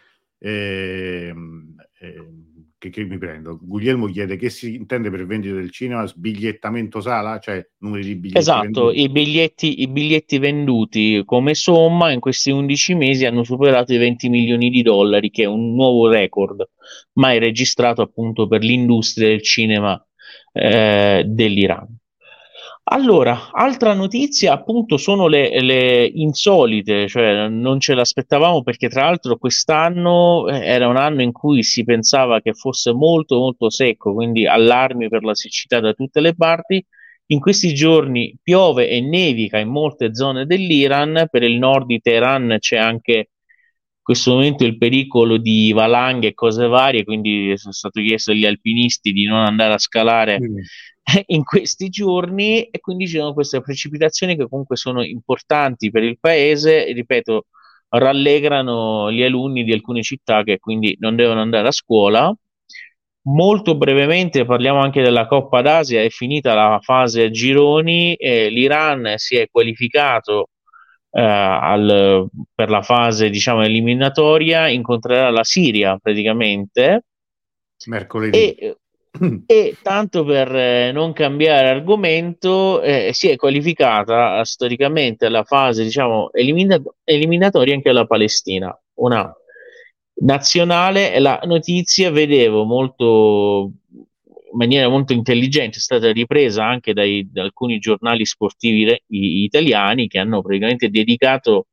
ehm, ehm, che, che mi prendo. Guglielmo chiede che si intende per vendita del cinema, sbigliettamento sala, cioè numeri di biglietti Esatto, venduti. i biglietti, i biglietti venduti come somma in questi undici mesi hanno superato i venti milioni di dollari, che è un nuovo record mai registrato appunto per l'industria del cinema eh, dell'Iran. Allora, altra notizia appunto sono le, le insolite, cioè non ce l'aspettavamo perché tra l'altro quest'anno eh, era un anno in cui si pensava che fosse molto molto secco, quindi allarmi per la siccità da tutte le parti. In questi giorni piove e nevica in molte zone dell'Iran, per il nord di Teheran c'è anche in questo momento il pericolo di valanghe e cose varie, quindi è stato chiesto agli alpinisti di non andare a scalare Mm. in questi giorni e quindi ci sono queste precipitazioni che comunque sono importanti per il paese e ripeto, rallegrano gli alunni di alcune città che quindi non devono andare a scuola. Molto brevemente parliamo anche della Coppa d'Asia, è finita la fase a gironi, e l'Iran si è qualificato eh, al- per la fase diciamo eliminatoria, incontrerà la Siria praticamente Mercoledì. e, e tanto per eh, non cambiare argomento, eh, si è qualificata eh, storicamente alla fase diciamo elimina- eliminatoria anche la Palestina, una Ah, nazionale. E la notizia vedevo molto in maniera molto intelligente, è stata ripresa anche dai, da alcuni giornali sportivi re- i- italiani che hanno praticamente dedicato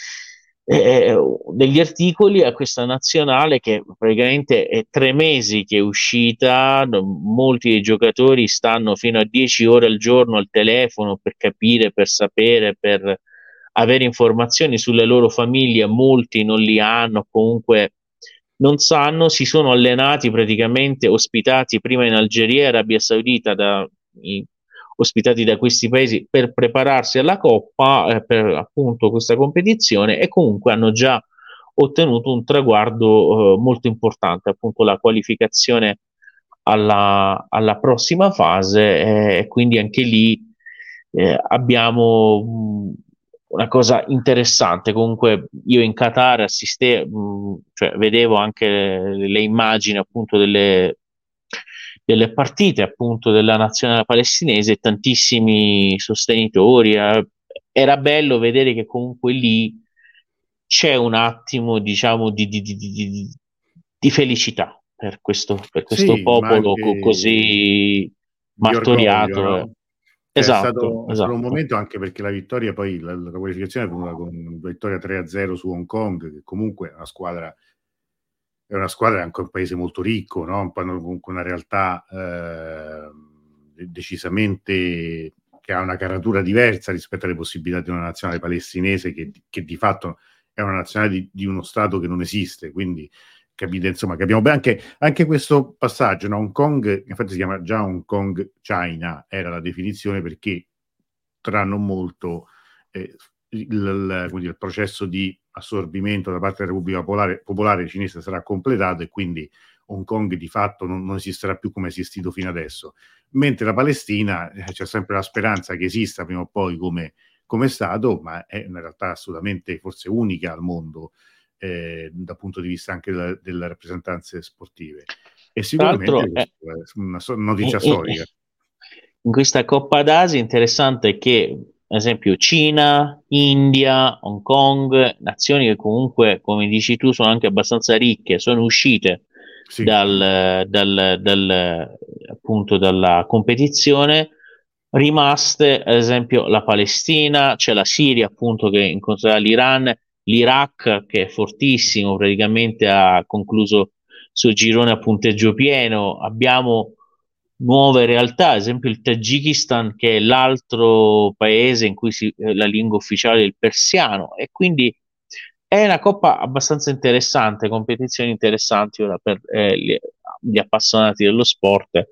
eh, degli articoli a questa nazionale che praticamente è tre mesi che è uscita, no- molti dei giocatori stanno fino a dieci ore al giorno al telefono per capire, per sapere, per avere informazioni sulle loro famiglie, molti non li hanno, comunque non sanno, si sono allenati praticamente ospitati prima in Algeria e Arabia Saudita da, i- ospitati da questi paesi per prepararsi alla Coppa, eh, per appunto questa competizione e comunque hanno già ottenuto un traguardo eh, molto importante, appunto la qualificazione alla, alla prossima fase eh, e quindi anche lì eh, abbiamo mh, una cosa interessante. Comunque io in Qatar assistevo, cioè vedevo anche le, le immagini appunto delle, delle partite appunto della nazionale palestinese, tantissimi sostenitori. eh. Era bello vedere che comunque lì c'è un attimo, diciamo, di, di- di- di- di- di felicità per questo, per questo sì, ma popolo co- anche così di orgoglio, martoriato. eh. no? È Esatto, stato, è stato un esatto. momento anche perché la vittoria, poi la, la qualificazione è venuta con una vittoria tre a zero su Hong Kong, che comunque è una squadra, è una squadra, è anche un paese molto ricco, no? Un, comunque una realtà eh, decisamente che ha una caratura diversa rispetto alle possibilità di una nazionale palestinese che, che di fatto è una nazionale di, di uno Stato che non esiste, quindi capite, insomma, capiamo bene anche, anche questo passaggio, no? Hong Kong, infatti si chiama già Hong Kong China, era la definizione perché tra non molto eh, il, il, come dire, il processo di assorbimento da parte della Repubblica Popolare, Popolare Cinese sarà completato e quindi Hong Kong di fatto non, non esisterà più come è esistito fino adesso, mentre la Palestina eh, c'è sempre la speranza che esista prima o poi come, come Stato, ma è una realtà assolutamente forse unica al mondo eh, dal punto di vista anche della, delle rappresentanze sportive. E Tra sicuramente l'altro, questa eh, è una so- in, notizia in- storica. in questa Coppa d'Asia è interessante che, ad esempio, Cina, India, Hong Kong, nazioni che comunque, come dici tu, sono anche abbastanza ricche, sono uscite Sì, dal, dal- dal- appunto dalla competizione, rimaste, ad esempio, la Palestina, c'è la Siria appunto che incontrerà l'Iran, l'Iraq che è fortissimo, praticamente ha concluso il suo girone a punteggio pieno, abbiamo nuove realtà, ad esempio il Tagikistan che è l'altro paese in cui si, eh, la lingua ufficiale è il persiano, e quindi è una coppa abbastanza interessante, competizioni interessanti ora per eh, gli, gli appassionati dello sport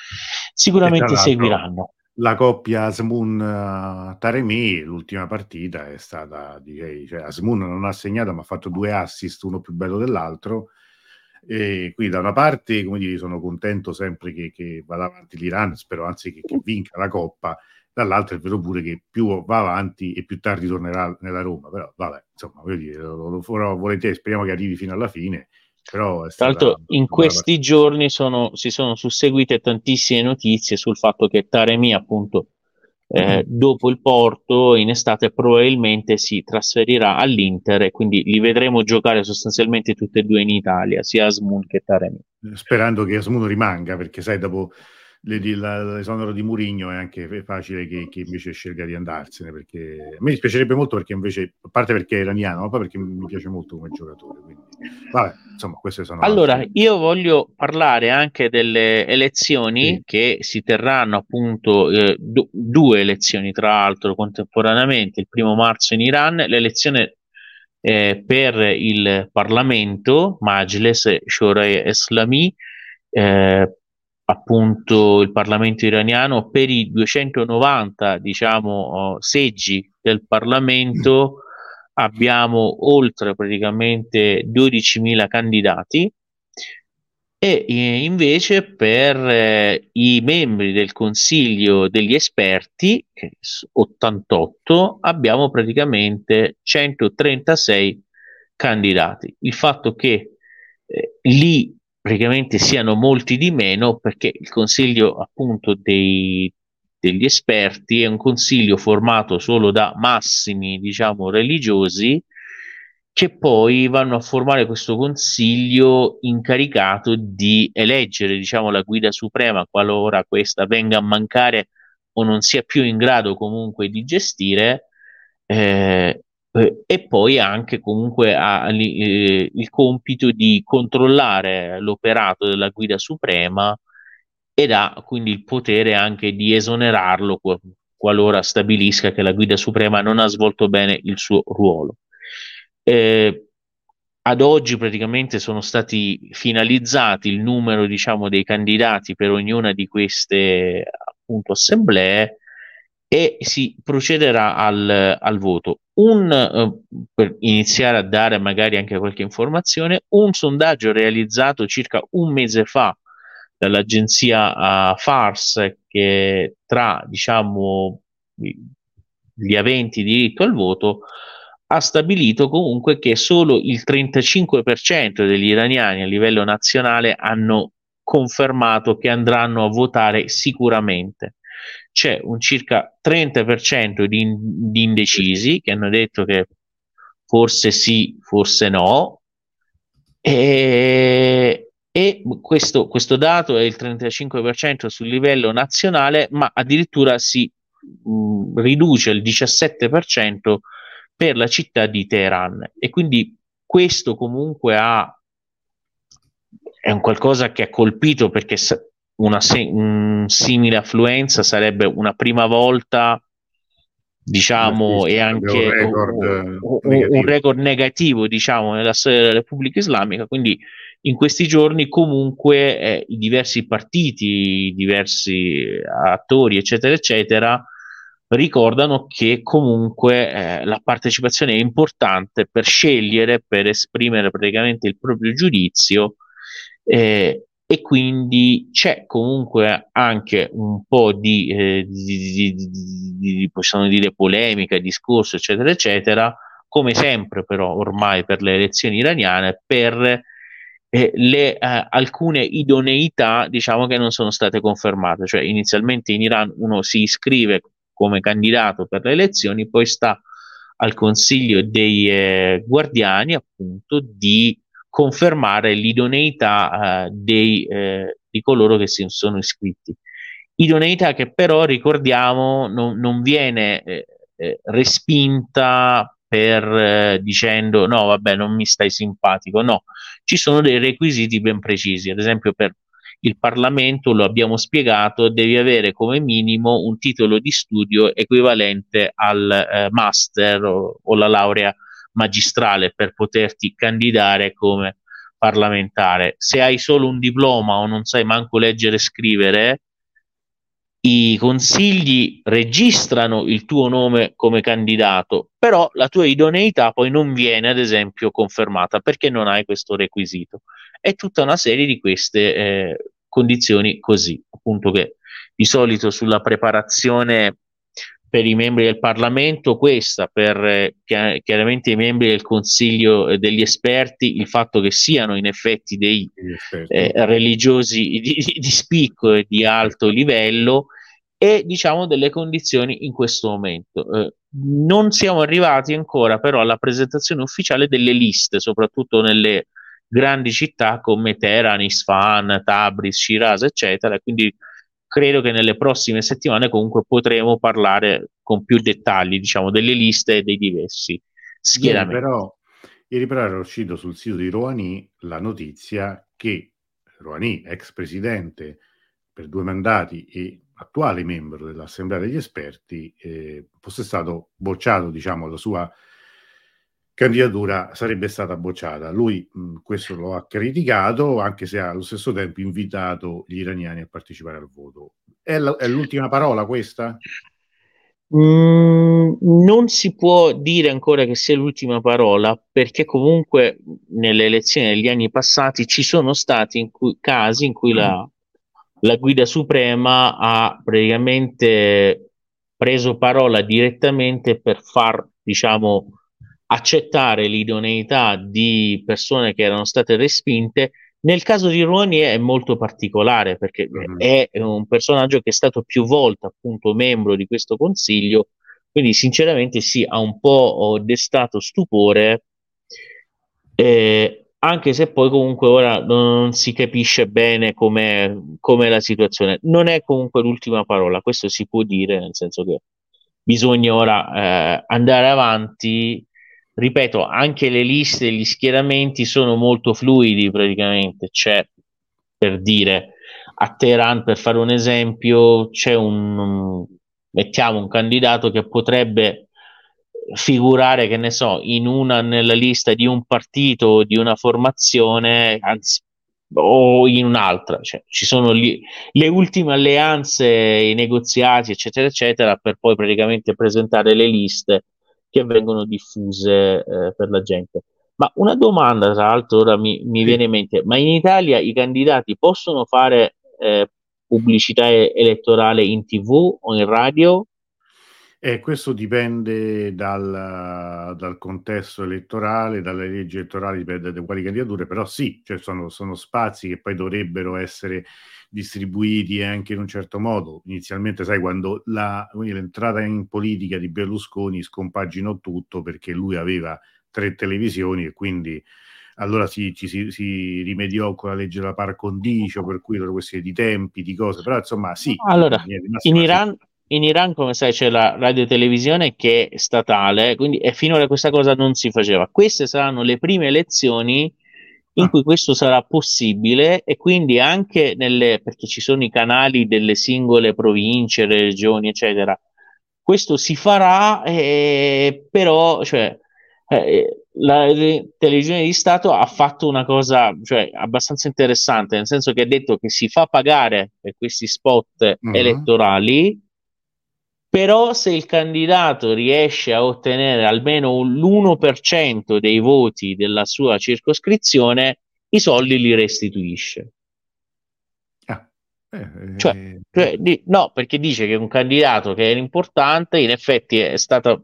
E tra sicuramente l'altro seguiranno. la coppia Asmoon-Taremi, l'ultima partita è stata, direi, cioè Asmoon non ha segnato ma ha fatto due assist, uno più bello dell'altro, e qui da una parte, come dire, sono contento sempre che, che vada avanti l'Iran, spero anzi che, che vinca la coppa, dall'altra è vero pure che più va avanti e più tardi tornerà nella Roma, però vabbè, insomma, voglio dire, lo, lo farò volentieri, speriamo che arrivi fino alla fine, però è Tra stata l'altro, in una bella questi partita. giorni sono- si sono susseguite tantissime notizie sul fatto che Taremi, appunto, eh, dopo il Porto, in estate probabilmente si trasferirà all'Inter e quindi li vedremo giocare sostanzialmente tutti e due in Italia, sia Asmun che Taremi. Sperando che Asmuno rimanga, perché sai, dopo le- di- la- l'esonero di Mourinho è anche facile che, che invece scelga di andarsene, perché a me dispiacerebbe molto, perché invece, a parte perché è iraniano, ma poi perché mi piace molto come giocatore, quindi vabbè, insomma, queste sono Allora, altre. io voglio parlare anche delle elezioni Sì. che si terranno appunto, eh, du- due elezioni tra l'altro contemporaneamente, il primo marzo in Iran, l'elezione eh, per il Parlamento, Majlis Shura Eslami, eh, appunto il Parlamento iraniano, per i duecentonovanta, diciamo, oh, seggi del Parlamento abbiamo oltre praticamente dodicimila candidati, e eh, invece per eh, i membri del Consiglio degli esperti, che s- ottantotto, abbiamo praticamente centotrentasei candidati. Il fatto che eh, lì praticamente siano molti di meno, perché il Consiglio appunto dei, degli esperti è un consiglio formato solo da massimi, diciamo, religiosi, che poi vanno a formare questo consiglio incaricato di eleggere, diciamo, la guida suprema qualora questa venga a mancare o non sia più in grado comunque di gestire, eh, eh, e poi anche comunque ha li- eh, il compito di controllare l'operato della guida suprema, ed ha quindi il potere anche di esonerarlo qua- qualora stabilisca che la guida suprema non ha svolto bene il suo ruolo. Eh, Ad oggi praticamente sono stati finalizzati il numero, diciamo, dei candidati per ognuna di queste appunto assemblee, e si procederà al, al voto. Un, eh, per iniziare a dare magari anche qualche informazione, un sondaggio realizzato circa un mese fa dall'agenzia uh, Fars, che tra, diciamo, gli aventi diritto al voto, ha stabilito comunque che solo il trentacinque per cento degli iraniani a livello nazionale hanno confermato che andranno a votare sicuramente. C'è un circa trenta per cento di, di indecisi che hanno detto che forse sì, forse no, e, e questo, questo dato è il trentacinque per cento sul livello nazionale, ma addirittura si mh, riduce al diciassette per cento per la città di Teheran. E quindi questo comunque ha, è un qualcosa che ha colpito, perché una se- un simile affluenza sarebbe una prima volta, Eh sì, diciamo, e sarebbe un anche record uh, eh, uh, un negativo. record negativo, diciamo, nella storia della Repubblica Islamica. Quindi in questi giorni comunque eh, i diversi partiti, i diversi attori, eccetera, eccetera, ricordano che comunque eh, la partecipazione è importante per scegliere, per esprimere praticamente il proprio giudizio, eh, e quindi c'è comunque anche un po' di, eh, di, di, di, di, di, possiamo dire, polemica, discorso, eccetera, eccetera, come sempre però ormai per le elezioni iraniane, per eh, le, eh, alcune idoneità, diciamo, che non sono state confermate. Cioè inizialmente in Iran uno si iscrive come candidato per le elezioni, poi sta al consiglio dei eh, guardiani appunto di confermare l'idoneità eh, dei, eh, di coloro che si sono iscritti. idoneità che però, ricordiamo, non, non viene eh, eh, respinta per eh, dicendo no, vabbè, non mi stai simpatico. No, ci sono dei requisiti ben precisi. Ad esempio, per il Parlamento, lo abbiamo spiegato, devi avere come minimo un titolo di studio equivalente al eh, master o, o la laurea magistrale per poterti candidare come parlamentare. Se hai solo un diploma o non sai manco leggere e scrivere, i consigli registrano il tuo nome come candidato, però la tua idoneità poi non viene, ad esempio, confermata perché non hai questo requisito. È tutta una serie di queste eh, condizioni così, appunto, che di solito sulla preparazione per i membri del Parlamento, questa per eh, chi- chiaramente i membri del Consiglio eh, degli esperti, il fatto che siano in effetti dei Gli esperti. eh, religiosi di, di, di spicco e di alto livello, e diciamo delle condizioni in questo momento. Eh, non siamo arrivati ancora però alla presentazione ufficiale delle liste, soprattutto nelle grandi città come Teheran, Isfahan, Tabriz, Shiraz, eccetera. Quindi credo che nelle prossime settimane comunque potremo parlare con più dettagli, diciamo, delle liste e dei diversi Ieri schieramenti. però, ieri però era uscito sul sito di Rouhani la notizia che Rouhani, ex presidente per due mandati e attuale membro dell'Assemblea degli esperti, eh, fosse stato bocciato, diciamo, la sua candidatura sarebbe stata bocciata. Lui mh, questo lo ha criticato, anche se ha allo stesso tempo invitato gli iraniani a partecipare al voto. È, la- è l'ultima parola questa? Mm, non si può dire ancora che sia l'ultima parola, perché comunque nelle elezioni degli anni passati ci sono stati in cui- casi in cui la, la guida suprema ha praticamente preso parola direttamente per far, diciamo, accettare l'idoneità di persone che erano state respinte. Nel caso di Rouhani è molto particolare perché Mhm. è un personaggio che è stato più volte appunto membro di questo consiglio, quindi sinceramente sì, ha un po' destato stupore, eh, anche se poi comunque ora non si capisce bene com'è, com'è la situazione. Non è comunque l'ultima parola, questo si può dire, nel senso che bisogna ora eh, andare avanti. Ripeto, anche le liste e gli schieramenti sono molto fluidi praticamente. C'è, per dire, a Teheran, per fare un esempio, c'è un, un- mettiamo un candidato che potrebbe figurare, che ne so, in una nella lista di un partito o di una formazione, anzi, o in un'altra, cioè, ci sono lì le ultime alleanze, i negoziati, eccetera, eccetera, per poi praticamente presentare le liste che vengono diffuse eh, per la gente. Ma una domanda, tra l'altro, ora mi, mi Sì. viene in mente, ma in Italia i candidati possono fare eh, pubblicità e- elettorale in T V o in radio? E questo dipende dal, dal contesto elettorale, dalle leggi elettorali, dipende da quali candidature, però sì, cioè sono, sono spazi che poi dovrebbero essere distribuiti anche in un certo modo. Inizialmente, sai, quando la, quindi l'entrata in politica di Berlusconi scompaginò tutto perché lui aveva tre televisioni e quindi allora si, ci si, si rimediò con la legge della par condicio, per cui era questione di tempi, di cose, però insomma sì, in Allora, linea di in massima sì. Iran, in Iran, come sai, c'è la radiotelevisione che è statale, quindi e finora questa cosa non si faceva. Queste saranno le prime elezioni in Ah, cui questo sarà possibile, e quindi anche nelle, perché ci sono i canali delle singole province, regioni, eccetera. Questo si farà, eh, però, cioè, eh, la re- televisione di Stato ha fatto una cosa, cioè, abbastanza interessante, nel senso che ha detto che si fa pagare per questi spot mhm. elettorali, però se il candidato riesce a ottenere almeno un- l'uno per cento dei voti della sua circoscrizione, i soldi li restituisce. Ah, eh, Cioè, eh, cioè, di- no, perché dice che un candidato che era importante, in effetti è stato.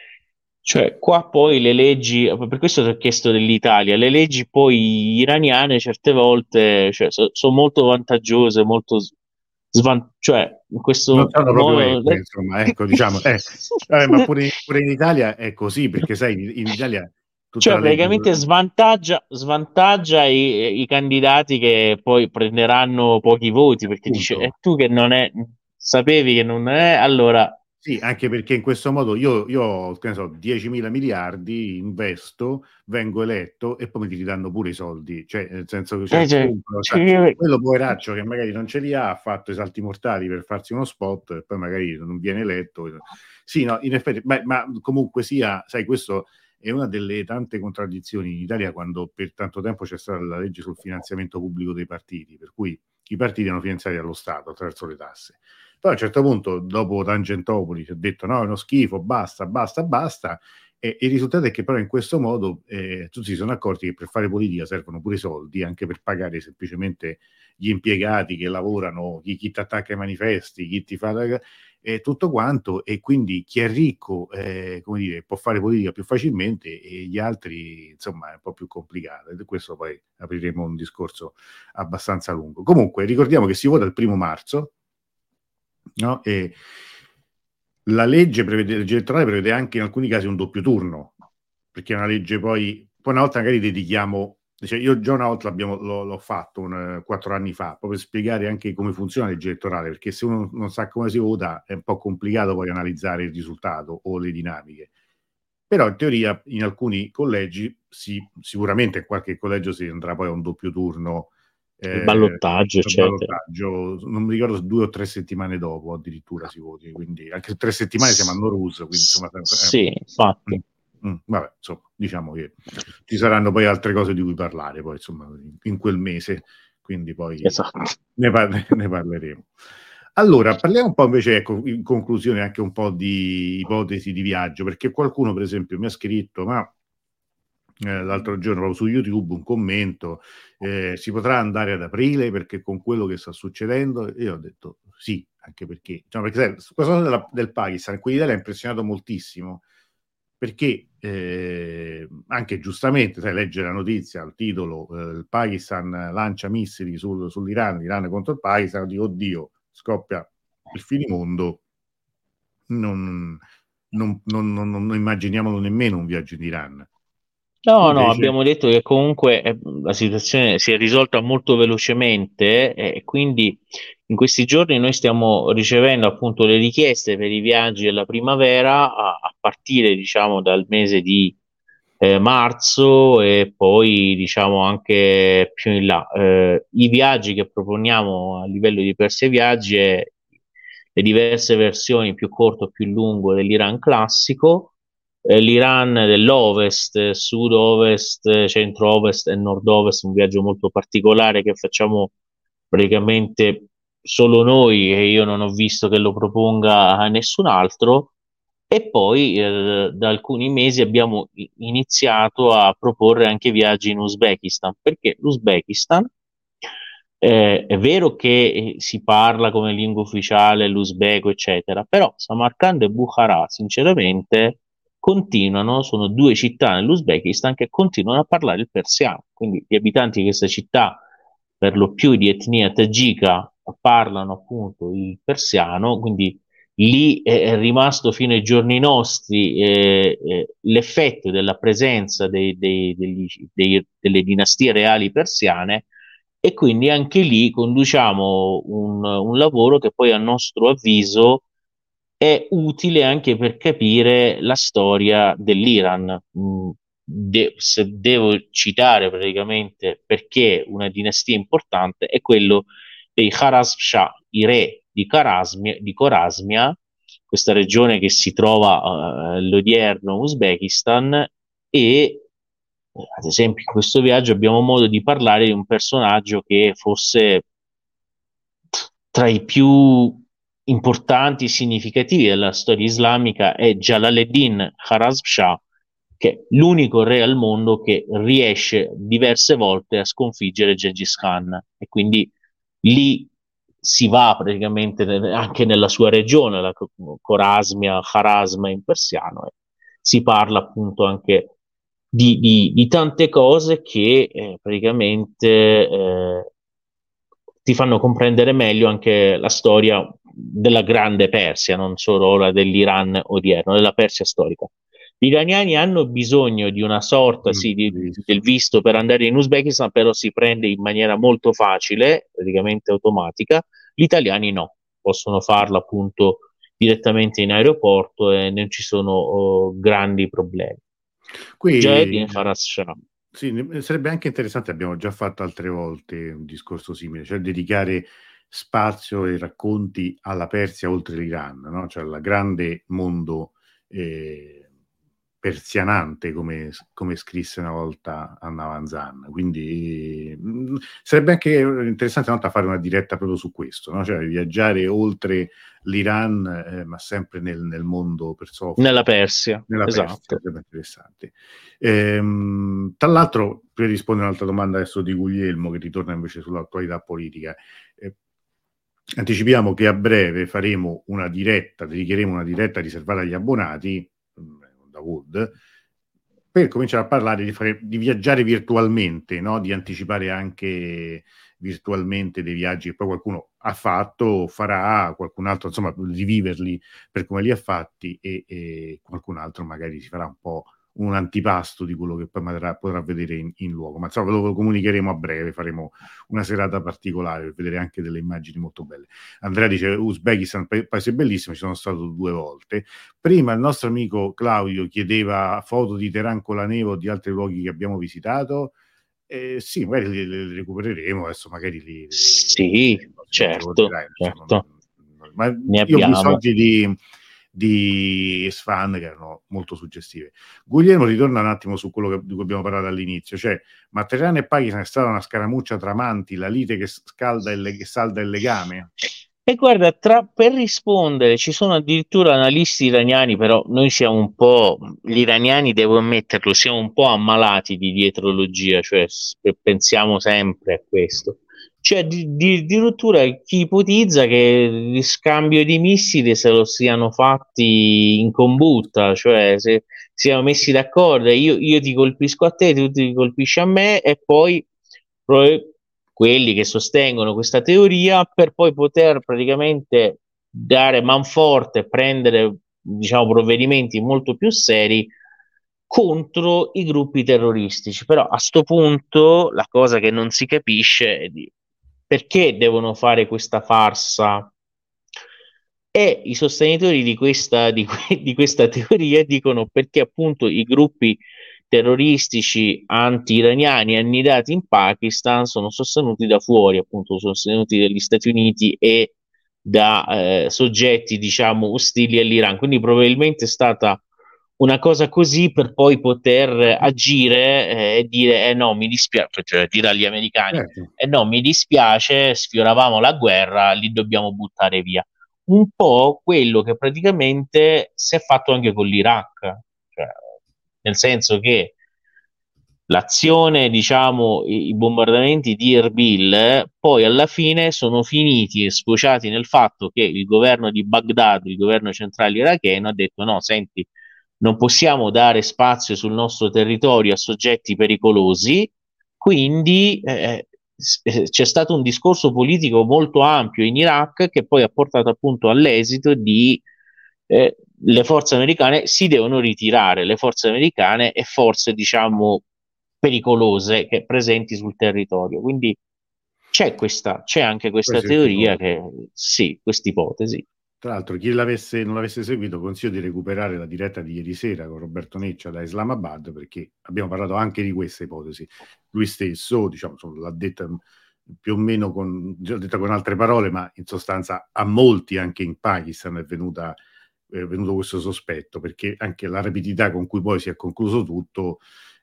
Cioè, qua poi le leggi, per questo ti ho chiesto dell'Italia, le leggi poi iraniane certe volte, cioè, sono molto vantaggiose, molto s- svan- cioè, in non questo sono proprio modo. eque, insomma, ecco, diciamo, eh, vabbè, ma pure, pure in Italia è così, perché sai, in, in Italia tutta Cioè, la legge. praticamente svantaggia, svantaggia i, i candidati che poi prenderanno pochi voti perché dice, e Punto. tu che non è, sapevi che non è, allora. Sì, anche perché in questo modo io, io ho, che ne so, diecimila miliardi, investo, vengo eletto e poi mi ti ridanno pure i soldi, cioè nel senso che Eh, cioè, cioè, compro, cioè, cioè, quello poveraccio che magari non ce li ha, ha fatto i salti mortali per farsi uno spot e poi magari non viene eletto. Sì, no, in effetti, beh, ma comunque sia, sai, questo è una delle tante contraddizioni in Italia quando per tanto tempo c'è stata la legge sul finanziamento pubblico dei partiti, per cui i partiti erano finanziati dallo Stato attraverso le tasse. Poi a un certo punto, dopo Tangentopoli, si è detto no, è uno schifo, basta, basta, basta. E il risultato è che però in questo modo eh, tutti si sono accorti che per fare politica servono pure i soldi, anche per pagare semplicemente gli impiegati che lavorano, chi, chi ti attacca ai manifesti, chi ti fa eh, tutto quanto, e quindi chi è ricco eh, come dire, può fare politica più facilmente e gli altri insomma è un po' più complicato, e questo poi apriremo un discorso abbastanza lungo. Comunque ricordiamo che si vota il primo marzo, no? E la legge, prevede, la legge elettorale prevede anche in alcuni casi un doppio turno, perché è una legge poi, poi una volta magari dedichiamo, cioè io già una volta l'ho, l'ho fatto un, quattro anni fa, proprio per spiegare anche come funziona la legge elettorale, perché se uno non sa come si vota è un po' complicato poi analizzare il risultato o le dinamiche. Però in teoria in alcuni collegi si, sicuramente in qualche collegio si andrà poi a un doppio turno, il eh, ballottaggio, il eccetera. ballottaggio, non mi ricordo, due o tre settimane dopo addirittura si voti, quindi anche tre settimane siamo a Norus, quindi S- insomma sì, eh, infatti. mm, mm, vabbè, insomma, diciamo che ci saranno poi altre cose di cui parlare poi insomma in quel mese, quindi poi Esatto. ne, par- ne parleremo. Allora, parliamo un po' invece, ecco, in conclusione anche un po' di ipotesi di viaggio, perché qualcuno per esempio mi ha scritto, ma eh, l'altro giorno proprio su YouTube un commento, eh, si potrà andare ad aprile perché con quello che sta succedendo, io ho detto sì, anche perché, cioè, perché sai, questa cosa della, del Pakistan qui in Italia ha impressionato moltissimo, perché eh, anche giustamente, sai, legge la notizia, il titolo, eh, il Pakistan lancia missili sul, sull'Iran, l'Iran contro il Pakistan, dico oddio, scoppia il finimondo, non, non, non, non, non immaginiamolo nemmeno un viaggio in Iran. No, no, Invece abbiamo detto che comunque eh, la situazione si è risolta molto velocemente eh, e quindi in questi giorni noi stiamo ricevendo appunto le richieste per i viaggi della primavera a, a partire diciamo dal mese di eh, marzo e poi diciamo anche più in là. Eh, i viaggi che proponiamo a livello di Perse Viaggi è le diverse versioni più corto e più lungo dell'Iran classico, eh, l'Iran dell'Ovest, Sud-Ovest, Centro-Ovest e Nord-Ovest, un viaggio molto particolare che facciamo praticamente solo noi e io non ho visto che lo proponga a nessun altro. E poi eh, da alcuni mesi abbiamo i- iniziato a proporre anche viaggi in Uzbekistan, perché l'Uzbekistan eh, è vero che eh, si parla come lingua ufficiale l'uzbeko, eccetera, però Samarkand e Bukhara, sinceramente, continuano, sono due città nell'Uzbekistan che continuano a parlare il persiano, quindi gli abitanti di questa città, per lo più di etnia tagika, parlano appunto il persiano, quindi lì è rimasto fino ai giorni nostri eh, eh, l'effetto della presenza dei- dei- degli- dei- delle dinastie reali persiane e quindi anche lì conduciamo un, un lavoro che poi a nostro avviso è utile anche per capire la storia dell'Iran. Mm, de- se devo citare praticamente perché una dinastia importante è quello dei Kharazm-Shah, i re di Kharasmia, di Corasmia, questa regione che si trova eh, all'odierno Uzbekistan e ad esempio in questo viaggio abbiamo modo di parlare di un personaggio che fosse tra i più importanti e significativi della storia islamica è Jalaleddin Kharazm-Shah, che è l'unico re al mondo che riesce diverse volte a sconfiggere Gengis Khan e quindi lì si va praticamente anche nella sua regione, la Corasmia, Kharasma in persiano, e si parla appunto anche di, di- di tante cose che eh, praticamente eh, ti fanno comprendere meglio anche la storia della grande Persia, non solo la dell'Iran odierno, della Persia storica. Gli iraniani hanno bisogno di una sorta Mm, sì, di, del visto. visto per andare in Uzbekistan, però si prende in maniera molto facile, praticamente automatica. Gli italiani no, possono farlo appunto direttamente in aeroporto e non ci sono oh, grandi problemi. Qui Jahedin Farhad Shah. sì, ne- sarebbe anche interessante, abbiamo già fatto altre volte un discorso simile, cioè dedicare spazio e racconti alla Persia oltre l'Iran, no? Cioè al grande mondo eh, persianante, come, come scrisse una volta Anna Vanzan. Quindi mh, sarebbe anche interessante una volta fare una diretta proprio su questo, no? Cioè viaggiare oltre l'Iran, eh, ma sempre nel, nel mondo Nella persofilo, Persia, nella Persia, esatto. sarebbe interessante. Ehm, tra l'altro, per rispondere a un'altra domanda adesso di Guglielmo, che ritorna invece sull'attualità politica, eh, anticipiamo che a breve faremo una diretta, dedicheremo una diretta riservata agli abbonati, mh, da Wood, per cominciare a parlare di, fare, di viaggiare virtualmente, no? Di anticipare anche virtualmente dei viaggi che poi qualcuno ha fatto, farà, qualcun altro, insomma, di viverli per come li ha fatti e, e qualcun altro magari si farà un po' un antipasto di quello che poi potrà, potrà vedere in, in luogo. Ma insomma, lo comunicheremo a breve, faremo una serata particolare per vedere anche delle immagini molto belle. Andrea dice Uzbekistan, pa- paese bellissimo, ci sono stato due volte. Prima il nostro amico Claudio chiedeva foto di Teheran con la neve o di altri luoghi che abbiamo visitato. Eh, sì, magari li, li recupereremo, adesso magari li, li, li Sì, nei prossimi giorni, certo, dai, adesso non- certo, non- ma ne io ho visto abbiamo. oggi di, di Esfand che erano molto suggestive. Guglielmo ritorna un attimo su quello che, di cui abbiamo parlato all'inizio, cioè ma Teheran e Pakistan è stata una scaramuccia tra amanti, la lite che scalda il, che salda il legame? E guarda, tra- per rispondere, ci sono addirittura analisti iraniani, però noi siamo un po', gli iraniani devo ammetterlo, siamo un po' ammalati di dietrologia, cioè s- pensiamo sempre a questo. Cioè, di- di- addirittura chi ipotizza che il scambio di missili se lo siano fatti in combutta, cioè se siamo messi d'accordo, io, io ti colpisco a te, tu ti colpisci a me, e poi pro- quelli che sostengono questa teoria per poi poter praticamente dare manforte e prendere, diciamo, provvedimenti molto più seri contro i gruppi terroristici. Però a sto punto la cosa che non si capisce è di perché devono fare questa farsa. E i sostenitori di questa, di, que- di questa teoria dicono perché appunto i gruppi terroristici anti-iraniani annidati in Pakistan sono sostenuti da fuori, appunto sostenuti dagli Stati Uniti e da eh, soggetti, diciamo, ostili all'Iran. Quindi probabilmente è stata una cosa così per poi poter agire eh, e dire, eh no, mi dispiace, cioè dire agli americani, Certo. eh no, mi dispiace, sfioravamo la guerra, li dobbiamo buttare via. Un po' quello che praticamente si è fatto anche con l'Iraq, cioè, nel senso che l'azione, diciamo, i, i bombardamenti di Erbil eh, poi alla fine sono finiti e sfociati nel fatto che il governo di Baghdad, il governo centrale iracheno, ha detto no, senti, non possiamo dare spazio sul nostro territorio a soggetti pericolosi, quindi eh, c'è stato un discorso politico molto ampio in Iraq che poi ha portato appunto all'esito di eh, le forze americane si devono ritirare, le forze americane e forze, diciamo, pericolose che presenti sul territorio. Quindi c'è questa, c'è anche questa Questa è teoria ipotesi. che sì, questa ipotesi. Tra l'altro, chi l'avesse, non l'avesse seguito, consiglio di recuperare la diretta di ieri sera con Roberto Neccia da Islamabad, perché abbiamo parlato anche di questa ipotesi. Lui stesso, diciamo, insomma, l'ha detta più o meno con, già detta con altre parole, ma in sostanza a molti anche in Pakistan è venuta, è venuto questo sospetto, perché anche la rapidità con cui poi si è concluso tutto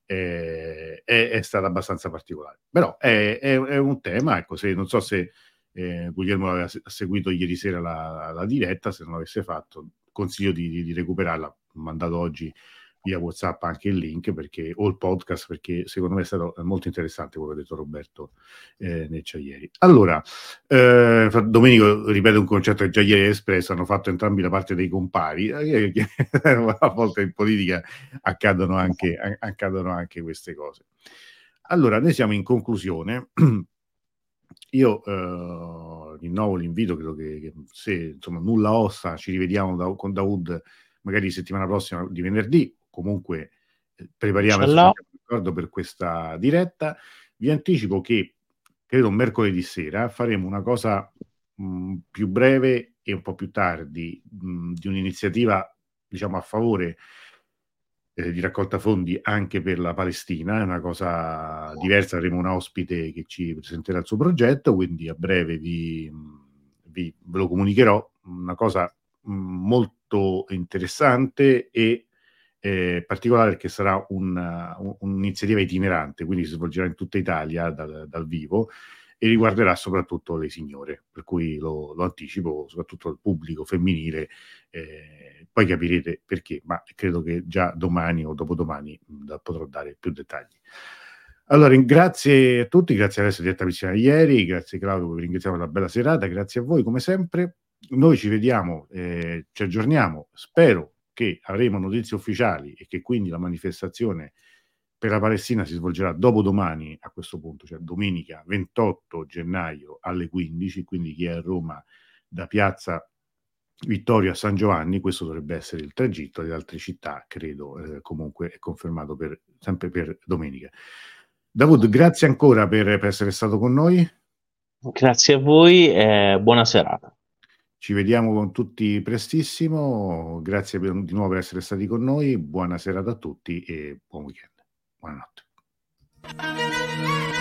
eh, è, è stata abbastanza particolare. Però è, è, è un tema, ecco, se, non so se eh, Guglielmo aveva se- seguito ieri sera la, la diretta, se non l'avesse fatto, consiglio di, di, di recuperarla. Ho mandato oggi via WhatsApp anche il link perché, o il podcast, perché secondo me è stato molto interessante quello che ha detto Roberto eh, Neccia ieri. Allora, eh, Domenico ripete un concetto che già ieri hai espresso, hanno fatto entrambi la parte dei compari. Eh, a volte in politica accadono anche, accadono anche queste cose. Allora, noi siamo in conclusione. Io eh, rinnovo l'invito, credo che, che se insomma nulla ossa ci rivediamo da, con Daoud magari settimana prossima di venerdì, comunque eh, prepariamo, adesso ci Inshallah. mettiamo d'accordo per questa diretta. Vi anticipo che credo mercoledì sera faremo una cosa mh, più breve e un po' più tardi, mh, di un'iniziativa, diciamo, a favore eh, di raccolta fondi anche per la Palestina. È una cosa diversa, avremo un ospite che ci presenterà il suo progetto, quindi a breve vi, vi- ve lo comunicherò. Una cosa mh, molto interessante e eh, particolare, perché sarà un- un- un'iniziativa itinerante, quindi si svolgerà in tutta Italia dal, dal vivo e riguarderà soprattutto le signore, per cui lo, lo anticipo, soprattutto al pubblico femminile. Eh, poi capirete perché, ma credo che già domani o dopodomani mh, potrò dare più dettagli. Allora, grazie a tutti, grazie Alessio di essere vicino ieri, grazie Claudio, vi ringraziamo per la bella serata, grazie a voi come sempre. Noi ci vediamo, eh, ci aggiorniamo, spero che avremo notizie ufficiali e che quindi la manifestazione per la Palestina si svolgerà dopodomani a questo punto, cioè domenica ventotto gennaio alle quindici, quindi chi è a Roma da Piazza Vittorio a San Giovanni, questo dovrebbe essere il tragitto, le altre città credo eh, comunque è confermato per, sempre per domenica. Davud, grazie ancora per, per essere stato con noi. Grazie a voi e buona serata. Ci vediamo con tutti prestissimo. Grazie per- di nuovo per essere stati con noi. Buona serata a tutti e buon weekend. Buonanotte.